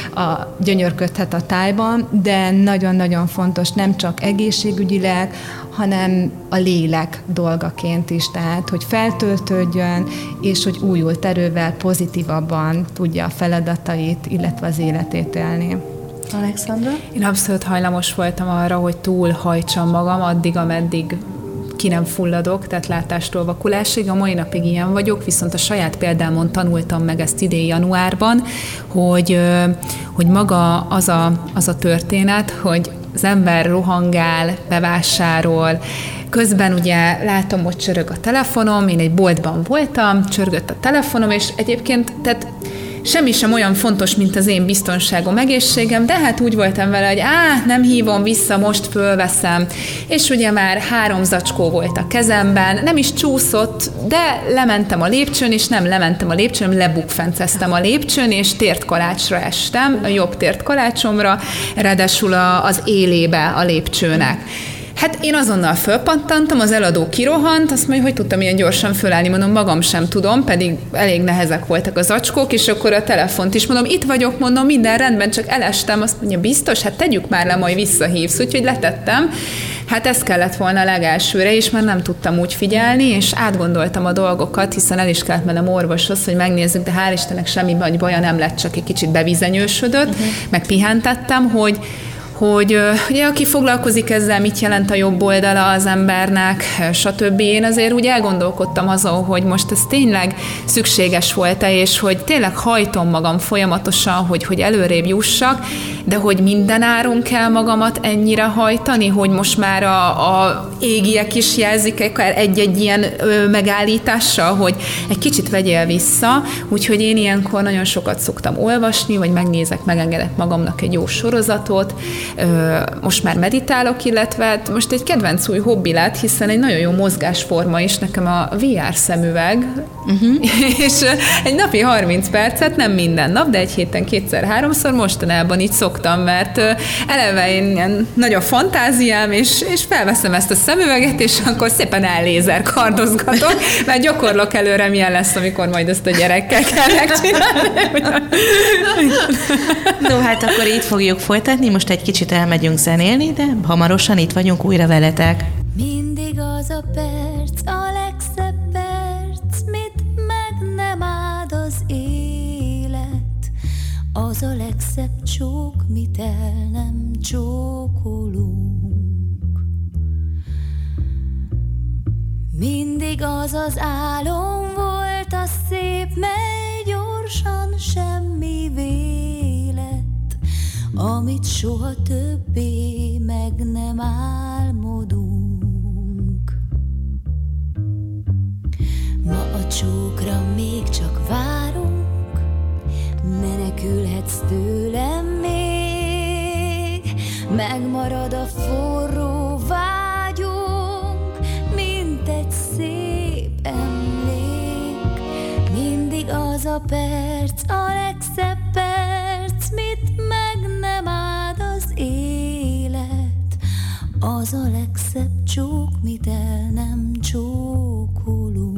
Speaker 3: a, gyönyörködhet a tájban, de nagyon-nagyon fontos, nem csak egészségügyileg, hanem a lélek dolgaként is, tehát, hogy feltöltődjön, és hogy újult erővel, pozitívabban tudja a feladatait, illetve az életét élni.
Speaker 2: Alexandra?
Speaker 4: Én abszolút hajlamos voltam arra, hogy túlhajtsam magam addig, ameddig ki nem fulladok, tehát látástól vakulásig. A mai napig ilyen vagyok, viszont a saját példámon tanultam meg ezt idén januárban, hogy, hogy maga az a, az a történet, hogy az ember rohangál, bevásárol, közben ugye látom, hogy csörög a telefonom, én egy boltban voltam, csörgött a telefonom, és egyébként tehát semmi sem olyan fontos, mint az én biztonságom, egészségem, de hát úgy voltam vele, hogy á, nem hívom vissza, most fölveszem. És ugye már három zacskó volt a kezemben, nem is csúszott, de lementem a lépcsőn, és nem lementem a lépcsőn, lebukfenceztem a lépcsőn, és tértkalácsra estem, a jobb tértkalácsomra, ráadásul az élébe a lépcsőnek. Hát én azonnal fölpattantam, az eladó kirohant, azt mondja, hogy tudtam ilyen gyorsan fölállni, mondom, magam sem tudom, pedig elég nehezek voltak az zacskók, és akkor a telefont is mondom, itt vagyok, mondom, minden rendben, csak elestem, azt mondja, biztos, hát tegyük már le, majd visszahívsz, úgyhogy letettem. Hát ez kellett volna a legelsőre, és már nem tudtam úgy figyelni, és átgondoltam a dolgokat, hiszen el is kellett mennem orvoshoz, hogy megnézzük, de hál' Istennek semmi vagy baja nem lett, csak egy kicsit bevizenyősödött, uh-huh. meg pihentettem, hogy hogy ugye aki foglalkozik ezzel, mit jelent a jobb oldala az embernek, stb. Én azért úgy elgondolkodtam azon, hogy most ez tényleg szükséges volt-e, és hogy tényleg hajtom magam folyamatosan, hogy, hogy előrébb jussak, de hogy minden áron kell magamat ennyire hajtani, hogy most már a, a égiek is jelzik egy-egy ilyen ö, megállítással, hogy egy kicsit vegyél vissza, úgyhogy én ilyenkor nagyon sokat szoktam olvasni, vagy megnézek, megengedek magamnak egy jó sorozatot. Most már meditálok, illetve most egy kedvenc új hobbi lett, hiszen egy nagyon jó mozgásforma is nekem a vé er szemüveg, uh-huh. és egy napi harminc percet, nem minden nap, de egy héten kétszer-háromszor mostanában így szoktam, mert eleve én ilyen nagy a fantáziám, és, és felveszem ezt a szemüveget, és akkor szépen ellézer kardozgatok, mert gyakorlok előre, milyen lesz, amikor majd ezt a gyerekkel kell megcsinálni.
Speaker 2: No, hát akkor így fogjuk folytatni, most egy kicsit elmegyünk zenélni, de hamarosan itt vagyunk újra veletek.
Speaker 5: Mindig az a perc, a legszebb perc, mit meg nem áld az élet. Az a legszebb csók, mit el nem csókolunk. Mindig az az álom volt a szép, mely gyors gyorsan semmi vélet, amit soha többé meg nem álmodunk. Ma a csókra még csak várunk, menekülhetsz tőlem még, megmarad a forró vágyunk, mint egy szép emlék. Mindig az a perc, a legszebb perc, mit meg nem áld az élet. Az a legszebb csók, mit el nem csókolunk.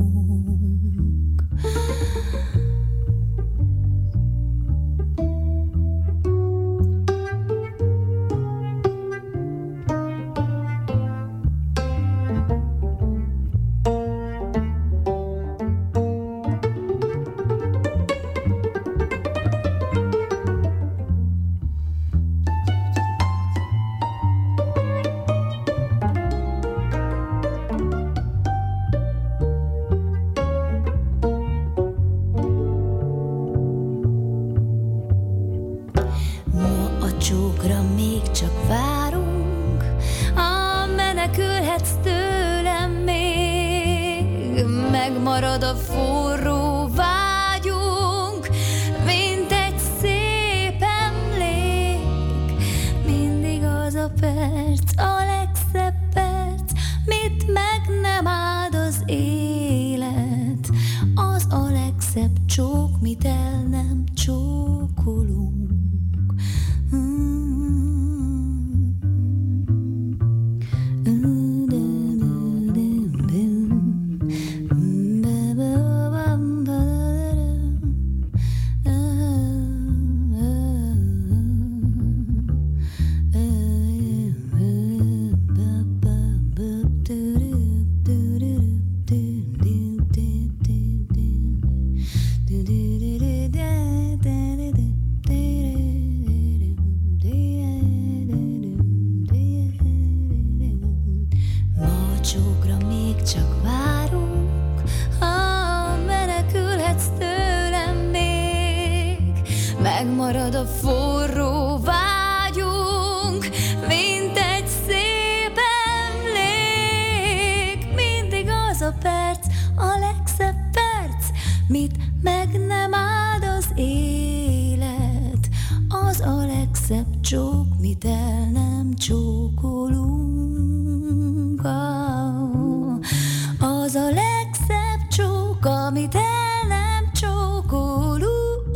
Speaker 5: Megmarad a forró vágyunk, mint egy szép emlék. Mindig az a perc, a legszebb perc, mit meg nem áld az élet. Az a legszebb csók, mit el nem csókolunk. Megmarad a forró vágyunk, mint egy szép emlék. Mindig az a perc, a legszebb perc, mit meg nem áld az élet. Az a legszebb csók, mit el nem csókolunk. Az a legszebb csók, amit el nem csókolunk.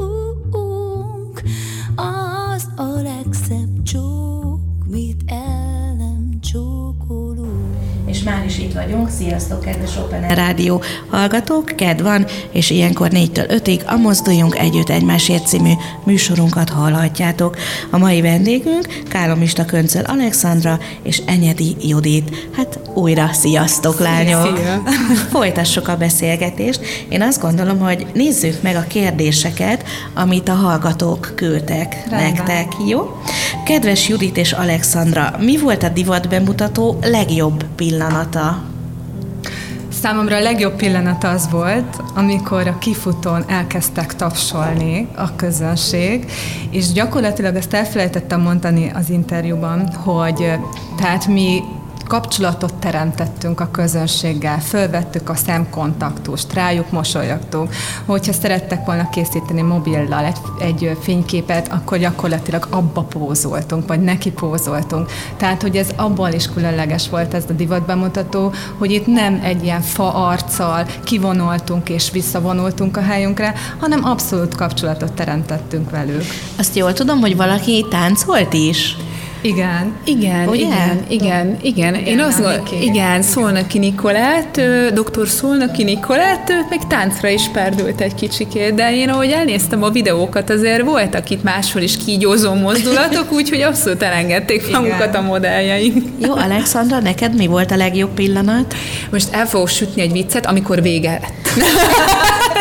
Speaker 5: Az a legszebb csók, mit el nem csókolunk.
Speaker 2: És már is itt vagyunk. Sziasztok, kedves Open Air Rádió hallgatók! Kedv van, és ilyenkor négytől ötig a Mozduljunk Együtt Egymásért című műsorunkat hallhatjátok. A mai vendégünk Kálomista Köncöl Alexandra és Enyedi Judit. Hát újra sziasztok, lányok! Szia. Folytassuk a beszélgetést. Én azt gondolom, hogy nézzük meg a kérdéseket, amit a hallgatók küldtek Rendben. nektek, jó? Kedves Judit és Alexandra, mi volt a divat bemutató legjobb pillanata?
Speaker 3: Számomra a legjobb pillanat az volt, amikor a kifutón elkezdtek tapsolni a közönség, és gyakorlatilag ezt elfelejtettem mondani az interjúban, hogy tehát mi kapcsolatot teremtettünk a közönséggel, fölvettük a szemkontaktust, rájuk mosolyogtunk. Hogyha szerettek volna készíteni mobillal egy, egy fényképet, akkor gyakorlatilag abba pózoltunk, vagy neki pózoltunk. Tehát, hogy ez abból is különleges volt ez a divatbemutató, hogy itt nem egy ilyen fa arccal kivonultunk és visszavonultunk a helyünkre, hanem abszolút kapcsolatot teremtettünk velük.
Speaker 2: Azt jól tudom, hogy valaki táncolt is?
Speaker 3: Igen.
Speaker 4: Igen,
Speaker 2: Ugye?
Speaker 4: igen, igen, igen. Én azt gondolom, igen, Szolnoki Nikolát, doktor Szolnoki Nikolát, meg táncra is perdült egy kicsikét, de én ahogy elnéztem a videókat, azért voltak itt máshol is kígyózó mozdulatok, úgyhogy abszolút elengedték magukat a modelljeink.
Speaker 2: Jó, Alexandra, neked mi volt a legjobb pillanat?
Speaker 4: Most el fogok sütni egy viccet, amikor vége lett.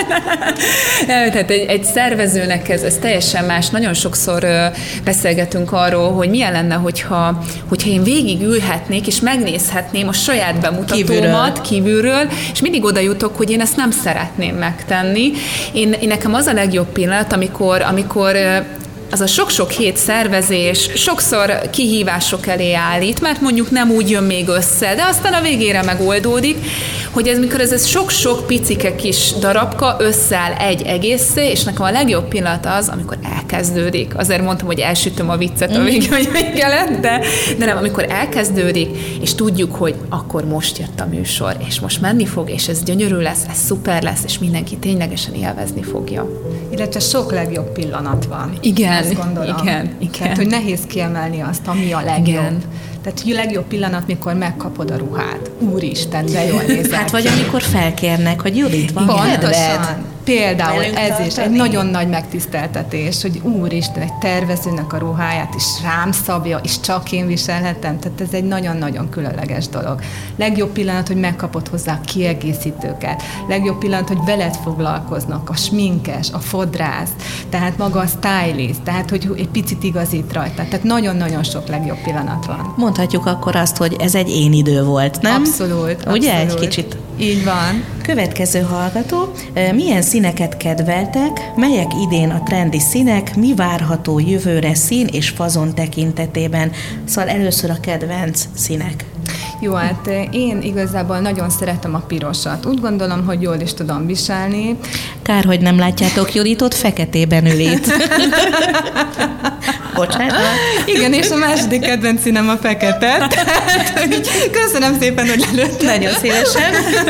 Speaker 4: Tehát egy, egy szervezőnek ez, ez teljesen más. Nagyon sokszor beszélgetünk arról, hogy milyen lenne, hogyha, hogyha én végigülhetnék, és megnézhetném a saját bemutatómat kívülről. kívülről, és mindig oda jutok, hogy én ezt nem szeretném megtenni. Én, én nekem az a legjobb pillanat, amikor, amikor az a sok-sok hét szervezés sokszor kihívások elé állít, mert mondjuk nem úgy jön még össze, de aztán a végére megoldódik, hogy ez mikor ez, ez sok-sok picike kis darabka összeáll egy egészé, és nekem a legjobb pillanat az, amikor elkezdődik. Azért mondtam, hogy elsütöm a viccet a végén, hogy vége lett, de, de nem, amikor elkezdődik, és tudjuk, hogy akkor most jött a műsor, és most menni fog, és ez gyönyörű lesz, ez szuper lesz, és mindenki ténylegesen élvezni fogja.
Speaker 3: Illetve sok legjobb pillanat van.
Speaker 4: Igen,
Speaker 3: azt gondolom.
Speaker 4: igen, igen.
Speaker 3: Tehát, hogy nehéz kiemelni azt, ami a legjobb. Igen. Tehát a legjobb pillanat, mikor megkapod a ruhát. Úristen, de jól nézel.
Speaker 2: Hát vagy amikor felkérnek, hogy Judit, van
Speaker 3: pontosan. Például ez is egy nagyon nagy megtiszteltetés, hogy úristen, egy tervezőnek a ruháját is rám szabja, és csak én viselhetem. Tehát ez egy nagyon-nagyon különleges dolog. Legjobb pillanat, hogy megkapod hozzá a kiegészítőket. Legjobb pillanat, hogy veled foglalkoznak, a sminkes, a fodrász, tehát maga a stylist, tehát hogy egy picit igazít rajta. Tehát nagyon-nagyon sok legjobb pillanat van.
Speaker 2: Mondhatjuk akkor azt, hogy ez egy én idő volt, nem?
Speaker 3: Abszolút.
Speaker 2: Ugye
Speaker 3: abszolút.
Speaker 2: egy kicsit?
Speaker 3: Így van.
Speaker 2: Következő hallgató, milyen színeket kedveltek, melyek idén a trendi színek, mi várható jövőre szín és fazon tekintetében? Szóval először a kedvenc színek.
Speaker 3: Jó, hát én igazából nagyon szeretem a pirosat. Úgy gondolom, hogy jól is tudom viselni.
Speaker 2: Kár, hogy nem látjátok Juditot, feketében ül itt. Bocsánat.
Speaker 3: Igen, és a második kedvenc színem a fekete. Tehát, köszönöm szépen, hogy lelőtt.
Speaker 2: Nagyon szívesen.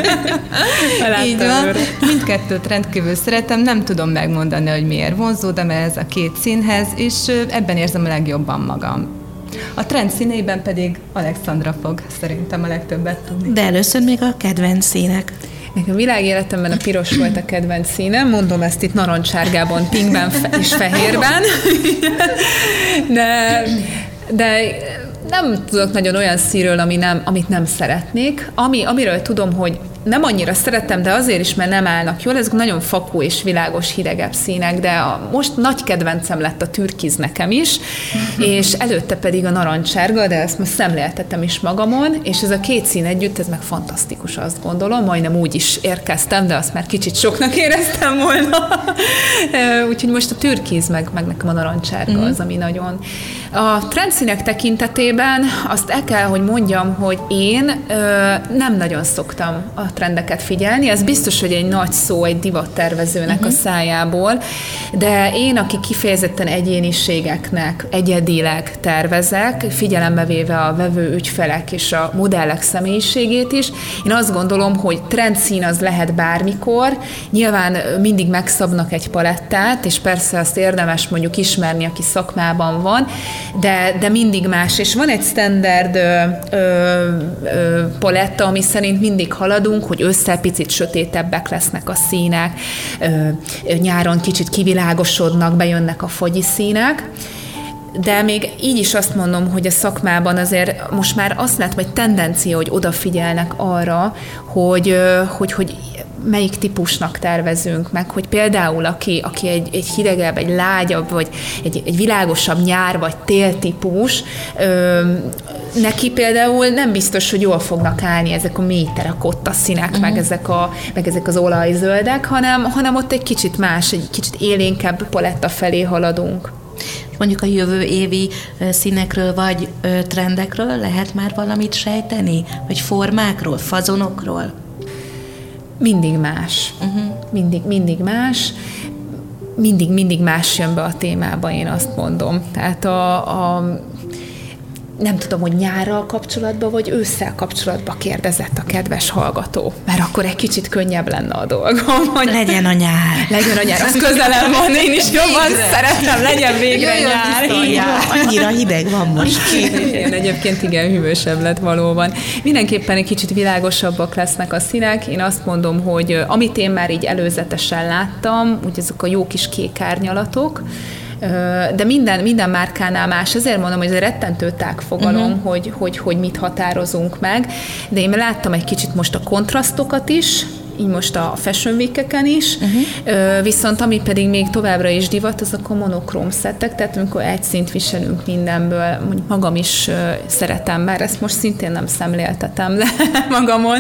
Speaker 3: Így van. Mindkettőt rendkívül szeretem, nem tudom megmondani, hogy miért vonzódom ez a két színhez, és ebben érzem a legjobban magam. A trend színeiben pedig Alexandra fog szerintem a legtöbbet tudni.
Speaker 2: De először még a kedvenc színek.
Speaker 4: Nekem világéletemben a piros volt a kedvenc színem, mondom ezt itt narancssárgában, pinkben és fehérben, de, de nem tudok nagyon olyan színről, ami nem, amit nem szeretnék. Ami, amiről tudom, hogy nem annyira szeretem, de azért is, mert nem állnak jól, ezek nagyon fakó és világos, hidegebb színek, de a, most nagy kedvencem lett a türkiz nekem is, és előtte pedig a narancssárga, de ezt most szemléltetem is magamon, és ez a két szín együtt, ez meg fantasztikus, azt gondolom, majdnem úgy is érkeztem, de azt már kicsit soknak éreztem volna. Úgyhogy most a türkiz, meg, meg nekem a narancssárga az, ami nagyon... A trendszínek tekintetében azt el kell, hogy mondjam, hogy én ö, nem nagyon szoktam a trendeket figyelni. Ez biztos, hogy egy nagy szó egy divattervezőnek uh-huh. a szájából, de én, aki kifejezetten egyéniségeknek egyedileg tervezek, figyelembe véve a vevő ügyfelek és a modellek személyiségét is, én azt gondolom, hogy trendszín az lehet bármikor, nyilván mindig megszabnak egy palettát, és persze azt érdemes mondjuk ismerni, aki szakmában van, de, de mindig más, és van egy standard ö, ö, ö, paletta, ami szerint mindig haladunk, hogy össze picit sötétebbek lesznek a színek, ö, nyáron kicsit kivilágosodnak, bejönnek a fogyi színek, de még így is azt mondom, hogy a szakmában azért most már azt látom, hogy tendencia, hogy odafigyelnek arra, hogy, hogy, hogy melyik típusnak tervezünk meg, hogy például aki, aki egy, egy hidegebb, egy lágyabb, vagy egy, egy világosabb nyár, vagy tél típus, ö, neki például nem biztos, hogy jól fognak állni ezek a mély terakotta színek, uh-huh. meg, ezek a, meg ezek az olajzöldek, hanem, hanem ott egy kicsit más, egy kicsit élénkebb paletta felé haladunk.
Speaker 2: Mondjuk a jövő évi színekről vagy trendekről lehet már valamit sejteni? Vagy formákról, fazonokról?
Speaker 4: Mindig más. Uh-huh. Mindig, mindig más. Mindig, mindig más jön be a témába, én azt mondom. Tehát a, a nem tudom, hogy nyárral kapcsolatban, vagy ősszel kapcsolatban kérdezett a kedves hallgató, mert akkor egy kicsit könnyebb lenne a dolgom. Hogy
Speaker 2: legyen a nyár.
Speaker 4: Legyen a nyár, az közelem van, én is jobban végre szeretem, legyen végre Jöjjön nyár.
Speaker 2: nyár. Annyira hideg van most.
Speaker 4: Én egyébként igen, hűvösebb lett valóban. Mindenképpen egy kicsit világosabbak lesznek a színek. Én azt mondom, hogy amit én már így előzetesen láttam, úgy ezek a jó kis kék árnyalatok, de minden, minden márkánál más. Ezért mondom, hogy ez egy rettentő tág fogalom, uh-huh. hogy, hogy, hogy mit határozunk meg. De én láttam egy kicsit most a kontrasztokat is, így most a Fashion Week-eken is, uh-huh. Viszont ami pedig még továbbra is divat, az a monokróm szettek, tehát amikor egy szint viselünk mindenből, mondjuk magam is szeretem, bár ezt most szintén nem szemléltetem le magamon,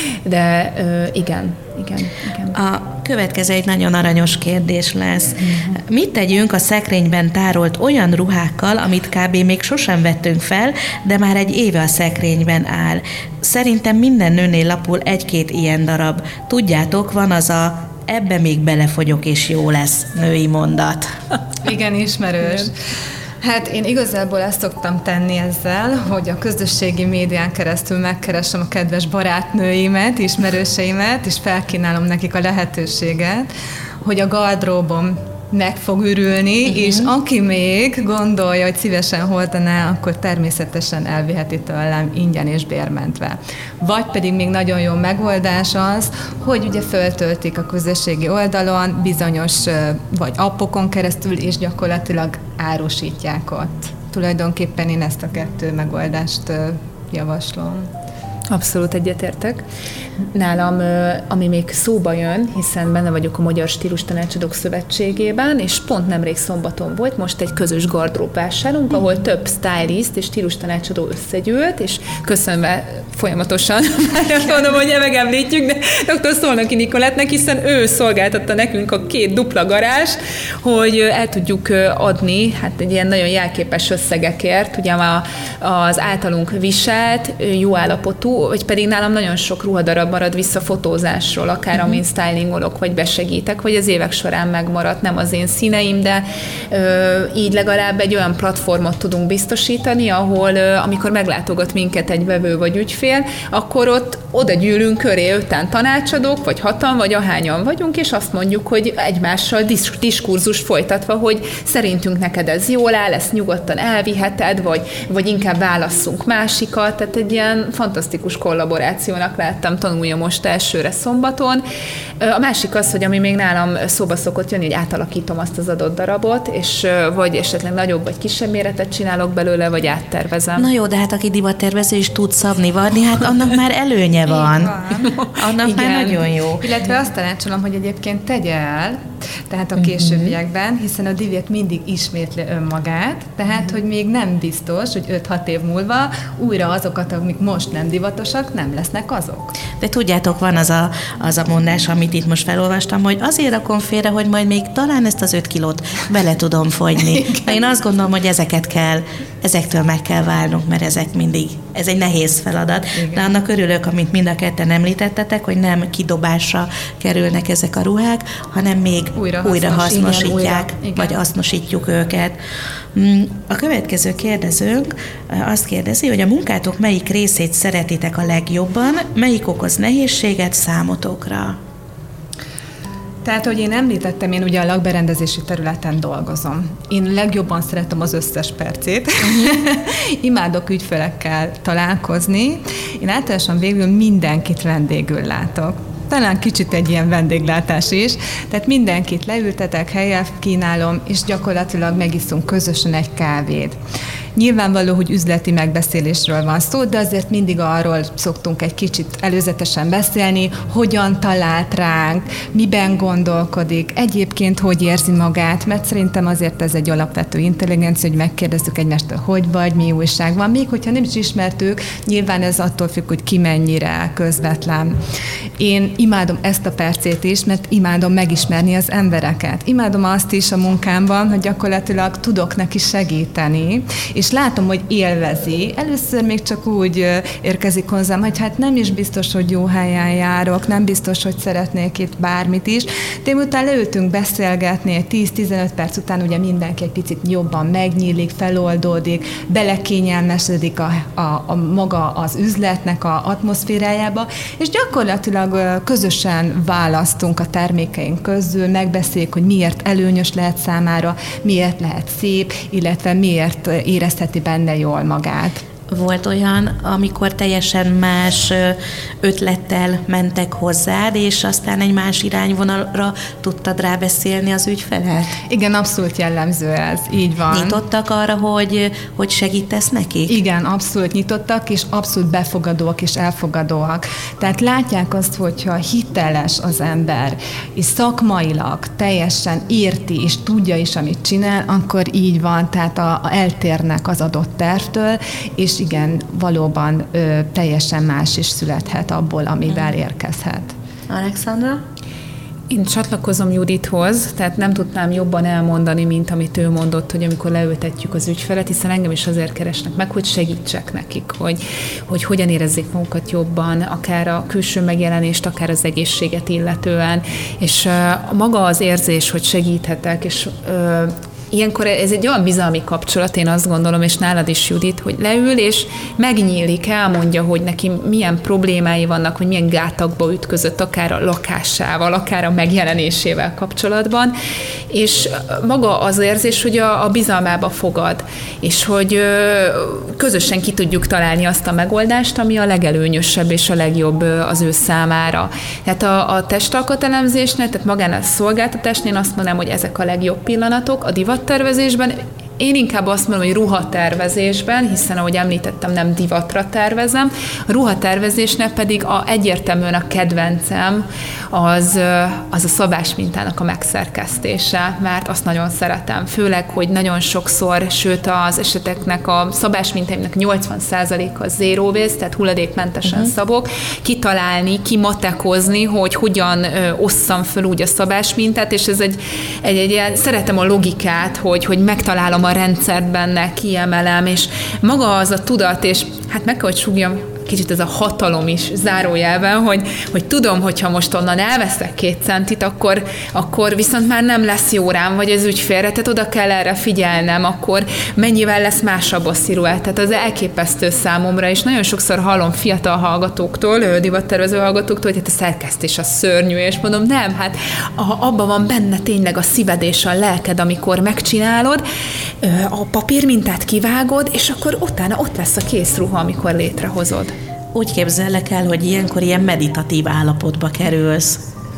Speaker 4: de igen, igen, igen.
Speaker 2: A következő egy nagyon aranyos kérdés lesz. Uh-huh. Mit tegyünk a szekrényben tárolt olyan ruhákkal, amit kb. Még sosem vettünk fel, de már egy éve a szekrényben áll? Szerintem minden nőnél lapul egy-két ilyen darab. Tudjátok, van az a ebbe még belefogyok és jó lesz női mondat.
Speaker 3: Igen, ismerős. Igen. Hát én igazából ezt szoktam tenni ezzel, hogy a közösségi médián keresztül megkeresem a kedves barátnőimet, ismerőseimet, és felkínálom nekik a lehetőséget, hogy a gardróbom meg fog ürülni, uh-huh. és aki még gondolja, hogy szívesen hordaná, akkor természetesen elviheti tőlem ingyen és bérmentve. Vagy pedig még nagyon jó megoldás az, hogy ugye föltöltik a közösségi oldalon bizonyos vagy appokon keresztül, és gyakorlatilag árusítják ott. Tulajdonképpen én ezt a kettő megoldást javaslom.
Speaker 4: Abszolút egyetértek. Nálam, ami még szóba jön, hiszen benne vagyok a Magyar Stílus Tanácsadók Szövetségében, és pont nemrég szombaton volt most egy közös gardróbvásárunk, ahol több stylist és stílus tanácsadó összegyűlt, és köszönve folyamatosan, mondom, hogy megemlítjük, de dr. Szolnoki Nicolettnek, hiszen ő szolgáltatta nekünk a két dupla garást, hogy el tudjuk adni, hát egy ilyen nagyon jelképes összegekért, ugye az általunk viselt, jó állapotú, vagy pedig nálam nagyon sok ruhadarab marad vissza fotózásról, akár uh-huh. amin stylingolok, vagy besegítek, vagy az évek során megmaradt, nem az én színeim, de ö, így legalább egy olyan platformot tudunk biztosítani, ahol ö, amikor meglátogat minket egy vevő vagy ügyfél, akkor ott oda gyűlünk köré öten tanácsadók, vagy hatan, vagy ahányan vagyunk, és azt mondjuk, hogy egymással disz- diskurzus folytatva, hogy szerintünk neked ez jól áll, ezt nyugodtan elviheted, vagy, vagy inkább válasszunk másikat, tehát egy ilyen fantasztikus kollaborációnak láttam, tanulja most elsőre szombaton. A másik az, hogy ami még nálam szóba szokott jönni, hogy átalakítom azt az adott darabot, és vagy esetleg nagyobb vagy kisebb méretet csinálok belőle, vagy áttervezem.
Speaker 2: Na jó, de hát aki divattervező is tud szabni varni, hát annak már előnye van. van. Annak igen. már nagyon jó.
Speaker 3: Illetve azt tanácsolom, hogy egyébként tegye el, tehát a későbbiekben, hiszen a divat mindig ismétli önmagát, tehát, hogy még nem biztos, hogy öt-hat év múlva újra azokat, amik most nem divatosak, nem lesznek azok.
Speaker 2: De tudjátok, van az a, az a mondás, amit itt most felolvastam, hogy azért rakom félre, hogy majd még talán ezt az öt kilót bele tudom fogyni. Én azt gondolom, hogy ezeket kell, ezektől meg kell válnunk, mert ezek mindig, ez egy nehéz feladat. Igen. De annak örülök, amit mind a ketten említettetek, hogy nem kidobásra kerülnek ezek a ruhák, hanem még újra, újra hasznosítják, igen, újra, vagy hasznosítjuk őket. A következő kérdezőnk azt kérdezi, hogy a munkátok melyik részét szeretitek a legjobban, melyik okoz nehézséget számotokra?
Speaker 3: Tehát, hogy én említettem, én ugye a lakberendezési területen dolgozom. Én legjobban szeretem az összes percét. Imádok ügyfelekkel találkozni. Én általában végül mindenkit vendégül látok. Talán kicsit egy ilyen vendéglátás is. Tehát mindenkit leültetek, helyet kínálom, és gyakorlatilag megiszunk közösen egy kávét. Nyilvánvaló, hogy üzleti megbeszélésről van szó, de azért mindig arról szoktunk egy kicsit előzetesen beszélni, hogyan talált ránk, miben gondolkodik, egyébként hogy érzi magát, mert szerintem azért ez egy alapvető intelligencia, hogy megkérdezzük egymástól, hogy vagy, mi újság van, még hogyha nem is ismertük, nyilván ez attól függ, hogy ki mennyire közvetlen. Én imádom ezt a percét is, mert imádom megismerni az embereket. Imádom azt is a munkámban, hogy gyakorlatilag tudok neki segíteni, és látom, hogy élvezi. Először még csak úgy érkezik hozzám, hogy hát nem is biztos, hogy jó helyen járok, nem biztos, hogy szeretnék itt bármit is. De miután leültünk beszélgetni, egy tíz-tizenöt perc után ugye mindenki egy picit jobban megnyílik, feloldódik, belekényelmesedik a, a, a maga az üzletnek a atmoszférájába, és gyakorlatilag közösen választunk a termékeink közül, megbeszéljük, hogy miért előnyös lehet számára, miért lehet szép, illetve miért érezheti benne jól magát.
Speaker 2: Volt olyan, amikor teljesen más ötlettel mentek hozzád, és aztán egy más irányvonalra tudtad rábeszélni az ügyfelet?
Speaker 3: Igen, abszolút jellemző ez, így van.
Speaker 2: Nyitottak arra, hogy, hogy segítesz nekik?
Speaker 3: Igen, abszolút nyitottak, és abszolút befogadóak és elfogadóak. Tehát látják azt, hogyha hiteles az ember, és szakmailag teljesen érti, és tudja is, amit csinál, akkor így van, tehát a, a eltérnek az adott tervtől, és igen, valóban ö, teljesen más is születhet abból, amivel érkezhet.
Speaker 2: Alexandra?
Speaker 4: Én csatlakozom Judithoz, tehát nem tudnám jobban elmondani, mint amit ő mondott, hogy amikor leültetjük az ügyfelet, hiszen engem is azért keresnek meg, hogy segítsek nekik, hogy, hogy hogyan érezzék magukat jobban, akár a külső megjelenést, akár az egészséget illetően, és uh, maga az érzés, hogy segíthetek, és uh, ilyenkor ez egy olyan bizalmi kapcsolat, én azt gondolom, és nálad is, Judit, hogy leül, és megnyílik, elmondja, hogy neki milyen problémái vannak, hogy milyen gátakba ütközött, akár a lakásával, akár a megjelenésével kapcsolatban, és maga az érzés, hogy a, a bizalmába fogad, és hogy ö, közösen ki tudjuk találni azt a megoldást, ami a legelőnyösebb és a legjobb az ő számára. Tehát a, a testalkatelemzésnél, tehát magán a szolgáltatásnél azt mondanám, hogy ezek a legjobb pillanatok, a divat tervezésben, én inkább azt mondom, hogy ruhatervezésben, hiszen ahogy említettem, nem divatra tervezem, a ruhatervezésnél pedig a, egyértelműen a kedvencem az, az a szabásmintának a megszerkesztése, mert azt nagyon szeretem. Főleg, hogy nagyon sokszor, sőt az eseteknek a szabásmintáimnak nyolcvan százaléka zero waste, tehát hulladékmentesen uh-huh. szabok, kitalálni, kimatekozni, hogy hogyan ö, osszam föl úgy a szabásmintát, és ez egy, egy, egy ilyen, szeretem a logikát, hogy, hogy megtalálom a rendszert benne, kiemelem, és maga az a tudat, és hát meg kell, hogy súgjam, kicsit ez a hatalom is zárójelben, hogy, hogy tudom, hogyha most onnan elveszek két centit, akkor, akkor viszont már nem lesz jó rám, vagy az ügyfélre, tehát oda kell erre figyelnem, akkor mennyivel lesz másabb a sziluett. Tehát az elképesztő számomra, és nagyon sokszor hallom fiatal hallgatóktól, divattervező hallgatóktól, hogy hát a szerkesztés a szörnyű, és mondom, nem, hát abban van benne tényleg a szíved és a lelked, amikor megcsinálod, a papírmintát kivágod, és akkor utána ott lesz a kész ruha, amikor létrehozod.
Speaker 2: Úgy képzellek el, hogy ilyenkor ilyen meditatív állapotba kerülsz.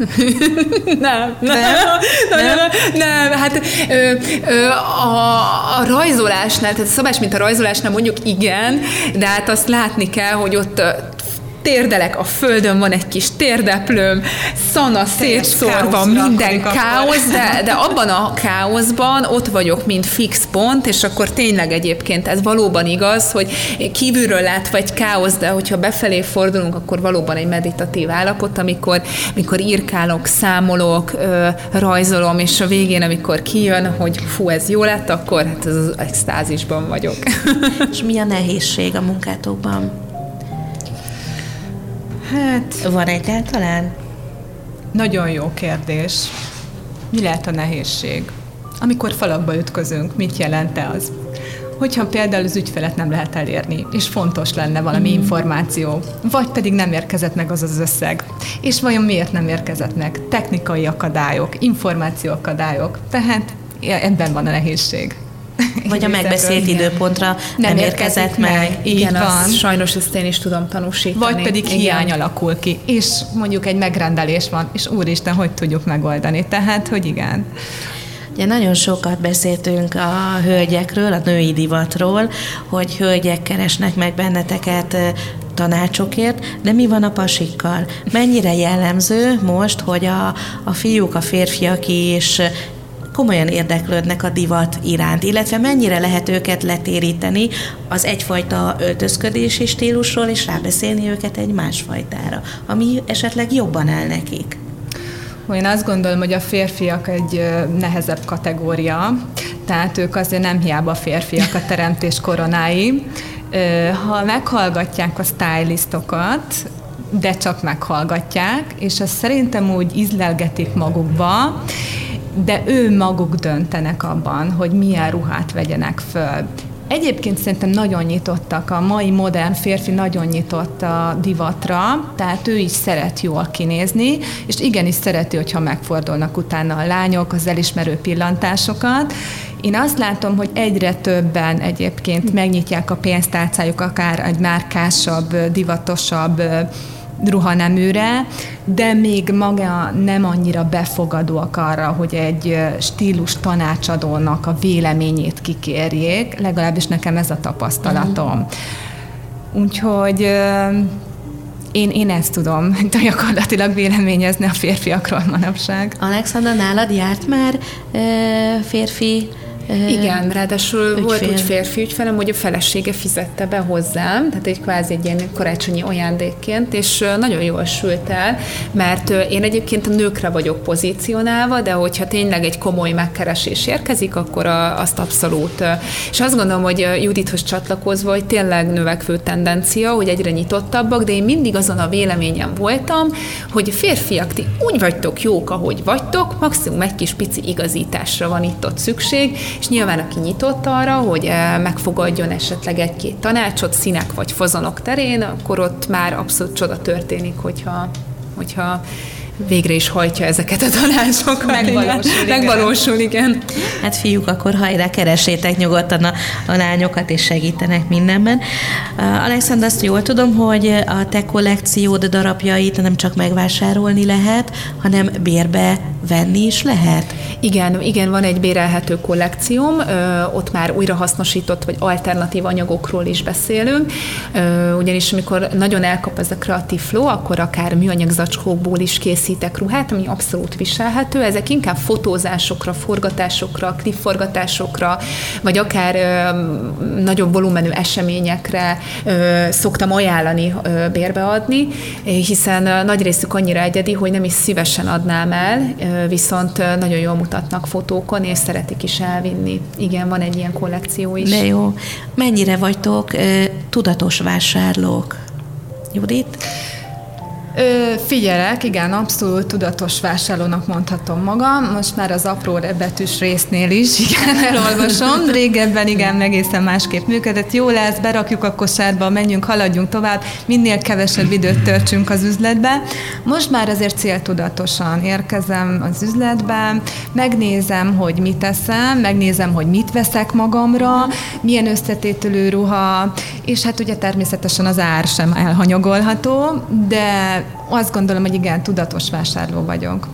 Speaker 4: nem, nem, nem, nem, nem, hát ö, ö, a, a rajzolásnál, tehát a szabásminta rajzolásnál mondjuk igen, de hát azt látni kell, hogy ott térdelek a földön, van egy kis térdeplőm, szana szétszórva, minden káosz, de, de abban a káoszban ott vagyok, mint fix pont, és akkor tényleg egyébként ez valóban igaz, hogy kívülről látva egy káosz, de hogyha befelé fordulunk, akkor valóban egy meditatív állapot, amikor, amikor írkálok, számolok, rajzolom, és a végén, amikor kijön, hogy fú, ez jó lett, akkor hát az extázisban vagyok.
Speaker 2: És mi a nehézség a munkátokban?
Speaker 3: Hát...
Speaker 2: Van egyáltalán?
Speaker 3: Nagyon jó kérdés. Mi lehet a nehézség? Amikor falakba ütközünk, mit jelent az? Hogyha például az ügyfelet nem lehet elérni, és fontos lenne valami mm. információ, vagy pedig nem érkezett meg az az összeg. És vajon miért nem érkezett meg? Technikai akadályok, információ akadályok. Tehát ebben van a nehézség.
Speaker 2: Vagy a megbeszélt időpontra nem, nem érkezett meg. meg.
Speaker 3: Így
Speaker 4: igen,
Speaker 3: van.
Speaker 4: Az, sajnos ezt én is tudom tanúsítani.
Speaker 3: Vagy pedig igen. hiány alakul ki, és mondjuk egy megrendelés van, és úristen, hogy tudjuk megoldani. Tehát, hogy igen.
Speaker 2: Ugye nagyon sokat beszéltünk a hölgyekről, a női divatról, hogy hölgyek keresnek meg benneteket tanácsokért, de mi van a pasikkal? Mennyire jellemző most, hogy a, a fiúk, a férfiak is komolyan érdeklődnek a divat iránt, illetve mennyire lehet őket letéríteni az egyfajta öltözködési stílusról, és rábeszélni őket egy másfajtára, ami esetleg jobban áll nekik.
Speaker 3: Én azt gondolom, hogy a férfiak egy nehezebb kategória, tehát ők azért nem hiába férfiak a teremtés koronái. Ha meghallgatják a stylistokat, de csak meghallgatják, és azt szerintem úgy ízlelgetik magukba, de ő maguk döntenek abban, hogy milyen ruhát vegyenek föl. Egyébként szerintem nagyon nyitottak, a mai modern férfi nagyon nyitott a divatra, tehát ő is szeret jól kinézni, és igenis szereti, hogyha megfordulnak utána a lányok az elismerő pillantásokat, Én azt látom, hogy egyre többen egyébként megnyitják a pénztárcájuk akár egy márkásabb, divatosabb ruhaneműre, de még maga nem annyira befogadóak arra, hogy egy stílus tanácsadónak a véleményét kikérjék, legalábbis nekem ez a tapasztalatom. Uh-huh. Úgyhogy én, én ezt tudom gyakorlatilag véleményezni a férfiakról manapság.
Speaker 2: Alexandra, nálad járt már férfi
Speaker 4: Igen, ráadásul ügyfél. Volt úgy férfi ügyfelem, hogy a felesége fizette be hozzám, tehát egy kvázi egy ilyen karácsonyi ajándékként, és nagyon jól sült el, mert én egyébként a nőkre vagyok pozícionálva, de hogyha tényleg egy komoly megkeresés érkezik, akkor a, azt abszolút. És azt gondolom, hogy Judithoz csatlakozva, hogy tényleg növekvő tendencia, hogy egyre nyitottabbak, de én mindig azon a véleményem voltam, hogy férfiak, ti úgy vagytok jók, ahogy vagytok, maximum egy kis pici igazításra van itt-ott szükség, és nyilván aki nyitott arra, hogy megfogadjon esetleg egy-két tanácsot színek vagy fazonok terén, akkor ott már abszolút csoda történik, hogyha, hogyha végre is hajtja ezeket a tanácsokat.
Speaker 3: Megvalósul, igen.
Speaker 4: Megvalósul, igen.
Speaker 2: Hát fiúk, akkor hajrá, keressétek nyugodtan a, a lányokat, és segítenek mindenben. Uh, Alexandra, azt jól tudom, hogy a te kollekciód darabjait nem csak megvásárolni lehet, hanem bérbe venni is lehet?
Speaker 4: Igen, igen, van egy bérelhető kollekcióm, ö, ott már újrahasznosított vagy alternatív anyagokról is beszélünk, ö, ugyanis amikor nagyon elkap ez a kreatív flow, akkor akár műanyag zacskókból is készítek ruhát, ami abszolút viselhető, ezek inkább fotózásokra, forgatásokra, klipforgatásokra, vagy akár ö, nagyobb volumenű eseményekre ö, szoktam ajánlani ö, bérbeadni, hiszen ö, nagy részük annyira egyedi, hogy nem is szívesen adnám el, ö, viszont ö, nagyon jól mutatnak fotókon, és szeretik is elvinni. Igen, van egy ilyen kollekció is.
Speaker 2: De jó. Mennyire vagytok ö, tudatos vásárlók? Judit?
Speaker 3: Ö, figyelek, igen, abszolút tudatos vásárlónak mondhatom magam. Most már az apró betűs résznél is, igen, elolvasom. Régebben, igen, egészen másképp működött. Jó lesz, berakjuk a kosárba, menjünk, haladjunk tovább, minél kevesebb időt töltsünk az üzletbe. Most már azért céltudatosan érkezem az üzletbe, megnézem, hogy mit teszem, megnézem, hogy mit veszek magamra, milyen összetételű ruha, és hát ugye természetesen az ár sem elhanyagolható, de azt gondolom, hogy igen, tudatos vásárló vagyok.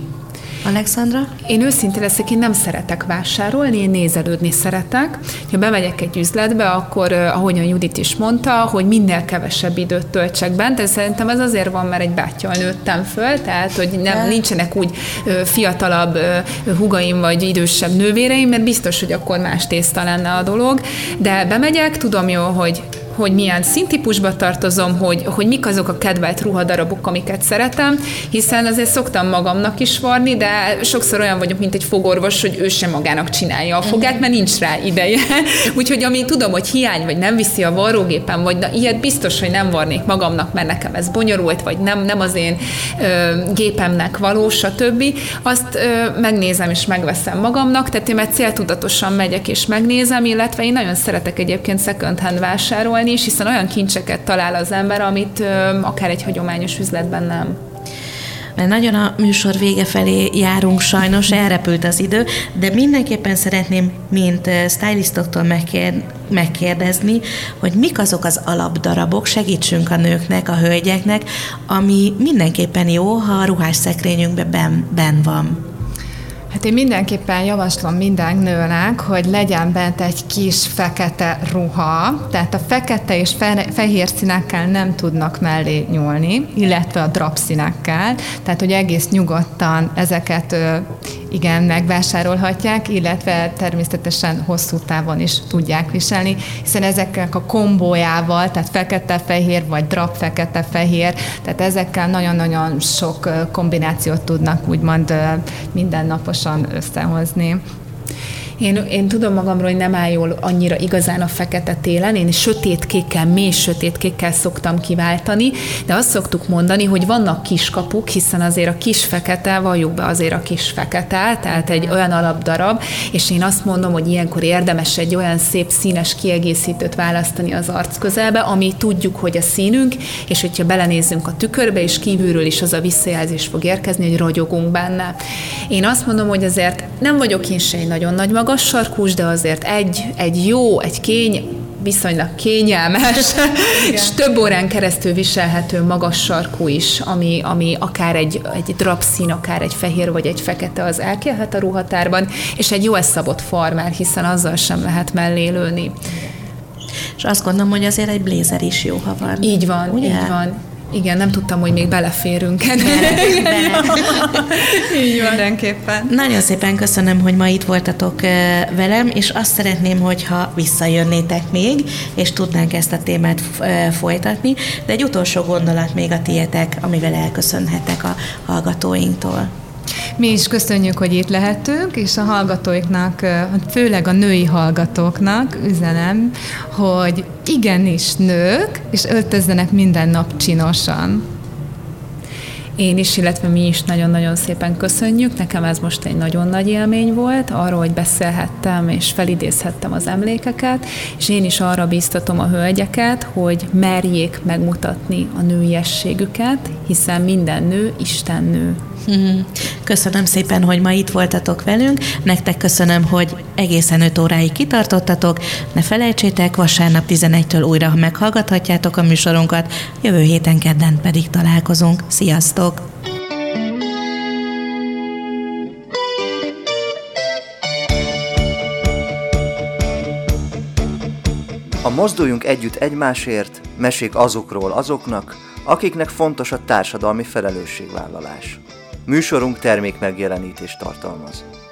Speaker 2: Alexandra?
Speaker 4: Én őszintén leszek, én nem szeretek vásárolni, én nézelődni szeretek. Ha bemegyek egy üzletbe, akkor, ahogyan Judit is mondta, hogy minél kevesebb időt töltsek bent, de szerintem ez azért van, mert egy bátyjal nőttem föl, tehát, hogy nem, nincsenek úgy fiatalabb húgaim vagy idősebb nővéreim, mert biztos, hogy akkor más tészta lenne a dolog, de bemegyek, tudom jó, hogy hogy milyen színtípusba tartozom, hogy, hogy mik azok a kedvelt ruhadarabok, amiket szeretem, hiszen azért szoktam magamnak is varni, de sokszor olyan vagyok, mint egy fogorvos, hogy ő sem magának csinálja a fogát, mert nincs rá ideje. Úgyhogy ami tudom, hogy hiány, vagy nem viszi a varrógépen, vagy na, ilyet biztos, hogy nem varnék magamnak, mert nekem ez bonyolult, vagy nem, nem az én ö, gépemnek való, stb. Azt ö, megnézem és megveszem magamnak, tehát én már céltudatosan megyek és megnézem, illetve én nagyon szeretek egyébként second hand vásárolni, is, hiszen olyan kincseket talál az ember, amit ö, akár egy hagyományos üzletben nem.
Speaker 2: Mert nagyon a műsor vége felé járunk sajnos, elrepült az idő, de mindenképpen szeretném, mint stylistoktól megkér- megkérdezni, hogy mik azok az alapdarabok, segítsünk a nőknek, a hölgyeknek, ami mindenképpen jó, ha a ruhásszekrényünkben ben, ben van.
Speaker 3: Hát én mindenképpen javaslom minden nőnek, hogy legyen bent egy kis fekete ruha, tehát a fekete és fe- fehér színekkel nem tudnak mellé nyúlni, illetve a drapszínekkel, tehát hogy egész nyugodtan ezeket igen, megvásárolhatják, illetve természetesen hosszú távon is tudják viselni, hiszen ezeknek a kombójával, tehát fekete-fehér vagy drap fekete-fehér, tehát ezekkel nagyon-nagyon sok kombinációt tudnak úgymond mindennaposan összehozni.
Speaker 4: Én, én tudom magamról, hogy nem áll jól annyira igazán a fekete télen, én sötétkékkel, mély sötétkékkel szoktam kiváltani, de azt szoktuk mondani, hogy vannak kiskapuk, hiszen azért a kis fekete, valljuk be azért a kis fekete, tehát egy olyan alapdarab, és én azt mondom, hogy ilyenkor érdemes egy olyan szép színes kiegészítőt választani az arc közelbe, ami tudjuk, hogy a színünk, és hogyha belenézzünk a tükörbe, és kívülről is az a visszajelzés fog érkezni, hogy ragyogunk benne. Én azt mondom, hogy azért nem vagyok én se egy nagyon nagy maga, magas sarkús, de azért egy, egy jó, egy kény, viszonylag kényelmes, és több órán keresztül viselhető magas sarkú is, ami, ami akár egy, egy drapszín, akár egy fehér vagy egy fekete, az elkérhet a ruhatárban, és egy jól szabott farmer, hiszen azzal sem lehet mellé lőni.
Speaker 2: És azt gondolom, hogy azért egy blézer is jó, ha van.
Speaker 4: Így van, ugye? Így van. Igen, nem tudtam, hogy még beleférünk. Bele, bele.
Speaker 3: Így van. Mindenképpen.
Speaker 2: Nagyon szépen köszönöm, hogy ma itt voltatok velem, és azt szeretném, hogyha visszajönnétek még, és tudnánk ezt a témát folytatni, de egy utolsó gondolat még a tietek, amivel elköszönhetek a hallgatóinktól.
Speaker 3: Mi is köszönjük, hogy itt lehetünk, és a hallgatóiknak, főleg a női hallgatóknak üzenem, hogy igenis nők, és öltözzenek minden nap csinosan.
Speaker 4: Én is, illetve mi is nagyon-nagyon szépen köszönjük. Nekem ez most egy nagyon nagy élmény volt, arról, hogy beszélhettem és felidézhettem az emlékeket, és én is arra bíztatom a hölgyeket, hogy merjék megmutatni a nőiességüket, hiszen minden nő istennő.
Speaker 2: Köszönöm szépen, hogy ma itt voltatok velünk. Nektek köszönöm, hogy egészen öt óráig kitartottatok. Ne felejtsétek, vasárnap tizenegytől újra meghallgathatjátok a műsorunkat, jövő héten kedden pedig találkozunk. Sziasztok!
Speaker 1: A Mozduljunk együtt egymásért, mesék azokról azoknak, akiknek fontos a társadalmi felelősségvállalás. Műsorunk termék megjelenítést tartalmaz.